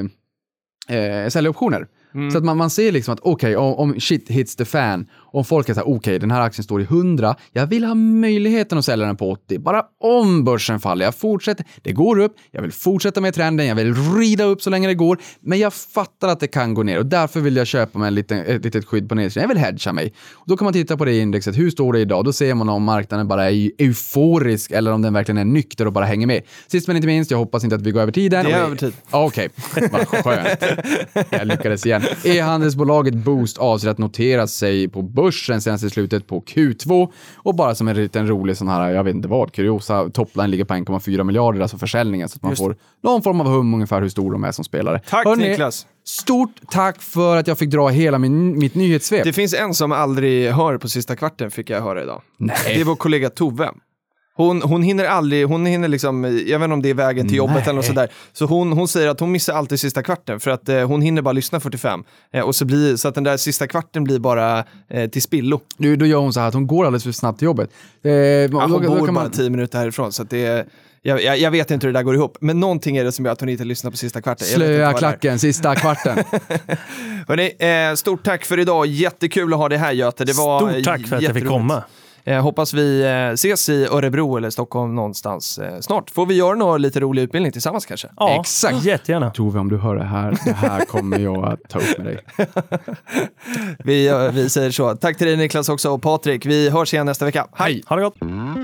[SPEAKER 3] sälja optioner. Så att man ser liksom att okej, om shit hits the fan, om folk är så här, okej, den här aktien står i 100, jag vill ha möjligheten att sälja den på 80, bara om börsen faller, jag fortsätter, det går upp, jag vill fortsätta med trenden, jag vill rida upp så länge det går, men jag fattar att det kan gå ner och därför vill jag köpa mig ett litet skydd på nedsidan, jag vill hedga mig. Och då kan man titta på det indexet, hur står det idag? Då ser man om marknaden bara är euforisk eller om den verkligen är nykter och bara hänger med. Sist men inte minst, jag hoppas inte att vi går över tiden.
[SPEAKER 2] Det är över tid.
[SPEAKER 3] Okej, vad skönt. Jag lyckades igen. E-handelsbolaget Boost avser att notera sig på börsen senast i slutet på Q2 och bara som en liten rolig sån här, jag vet inte vad, kuriosa, topline ligger på 1,4 miljarder, alltså försäljningen, så att man får någon form av hum ungefär hur stor de är som spelare.
[SPEAKER 2] Tack
[SPEAKER 3] Hörrni,
[SPEAKER 2] Niklas!
[SPEAKER 3] Stort tack för att jag fick dra hela mitt nyhetssvep.
[SPEAKER 2] Det finns en som aldrig hör på sista kvarten, fick jag höra idag. Nej. Det är vår kollega Tove. Hon hinner liksom, jag vet inte om det är vägen till jobbet eller något sådär. Så hon säger att hon missar alltid sista kvarten för att hon hinner bara lyssna 45. Och så att den där sista kvarten blir bara till spillo.
[SPEAKER 3] Då gör hon så här att hon går alldeles för snabbt till jobbet.
[SPEAKER 2] Hon bor bara 10 minuter härifrån så att det är... Jag vet inte hur det där går ihop, men någonting är det som gör att hon inte lyssnar på sista kvarten.
[SPEAKER 3] Slöa klacken, sista kvarten.
[SPEAKER 2] Hörrni, stort tack för idag. Jättekul att ha det här, Göte. Det var
[SPEAKER 4] stort tack för att jag fick komma.
[SPEAKER 2] Hoppas vi ses i Örebro eller Stockholm någonstans snart. Får vi göra någon lite rolig utbildning tillsammans kanske?
[SPEAKER 4] Ja,
[SPEAKER 3] exakt.
[SPEAKER 4] Jättegärna.
[SPEAKER 3] Tove, om du hör det här kommer jag att ta upp med dig.
[SPEAKER 2] Vi säger så. Tack till dig Niklas också och Patrik. Vi hörs igen nästa vecka. Hej!
[SPEAKER 4] Ha det gott!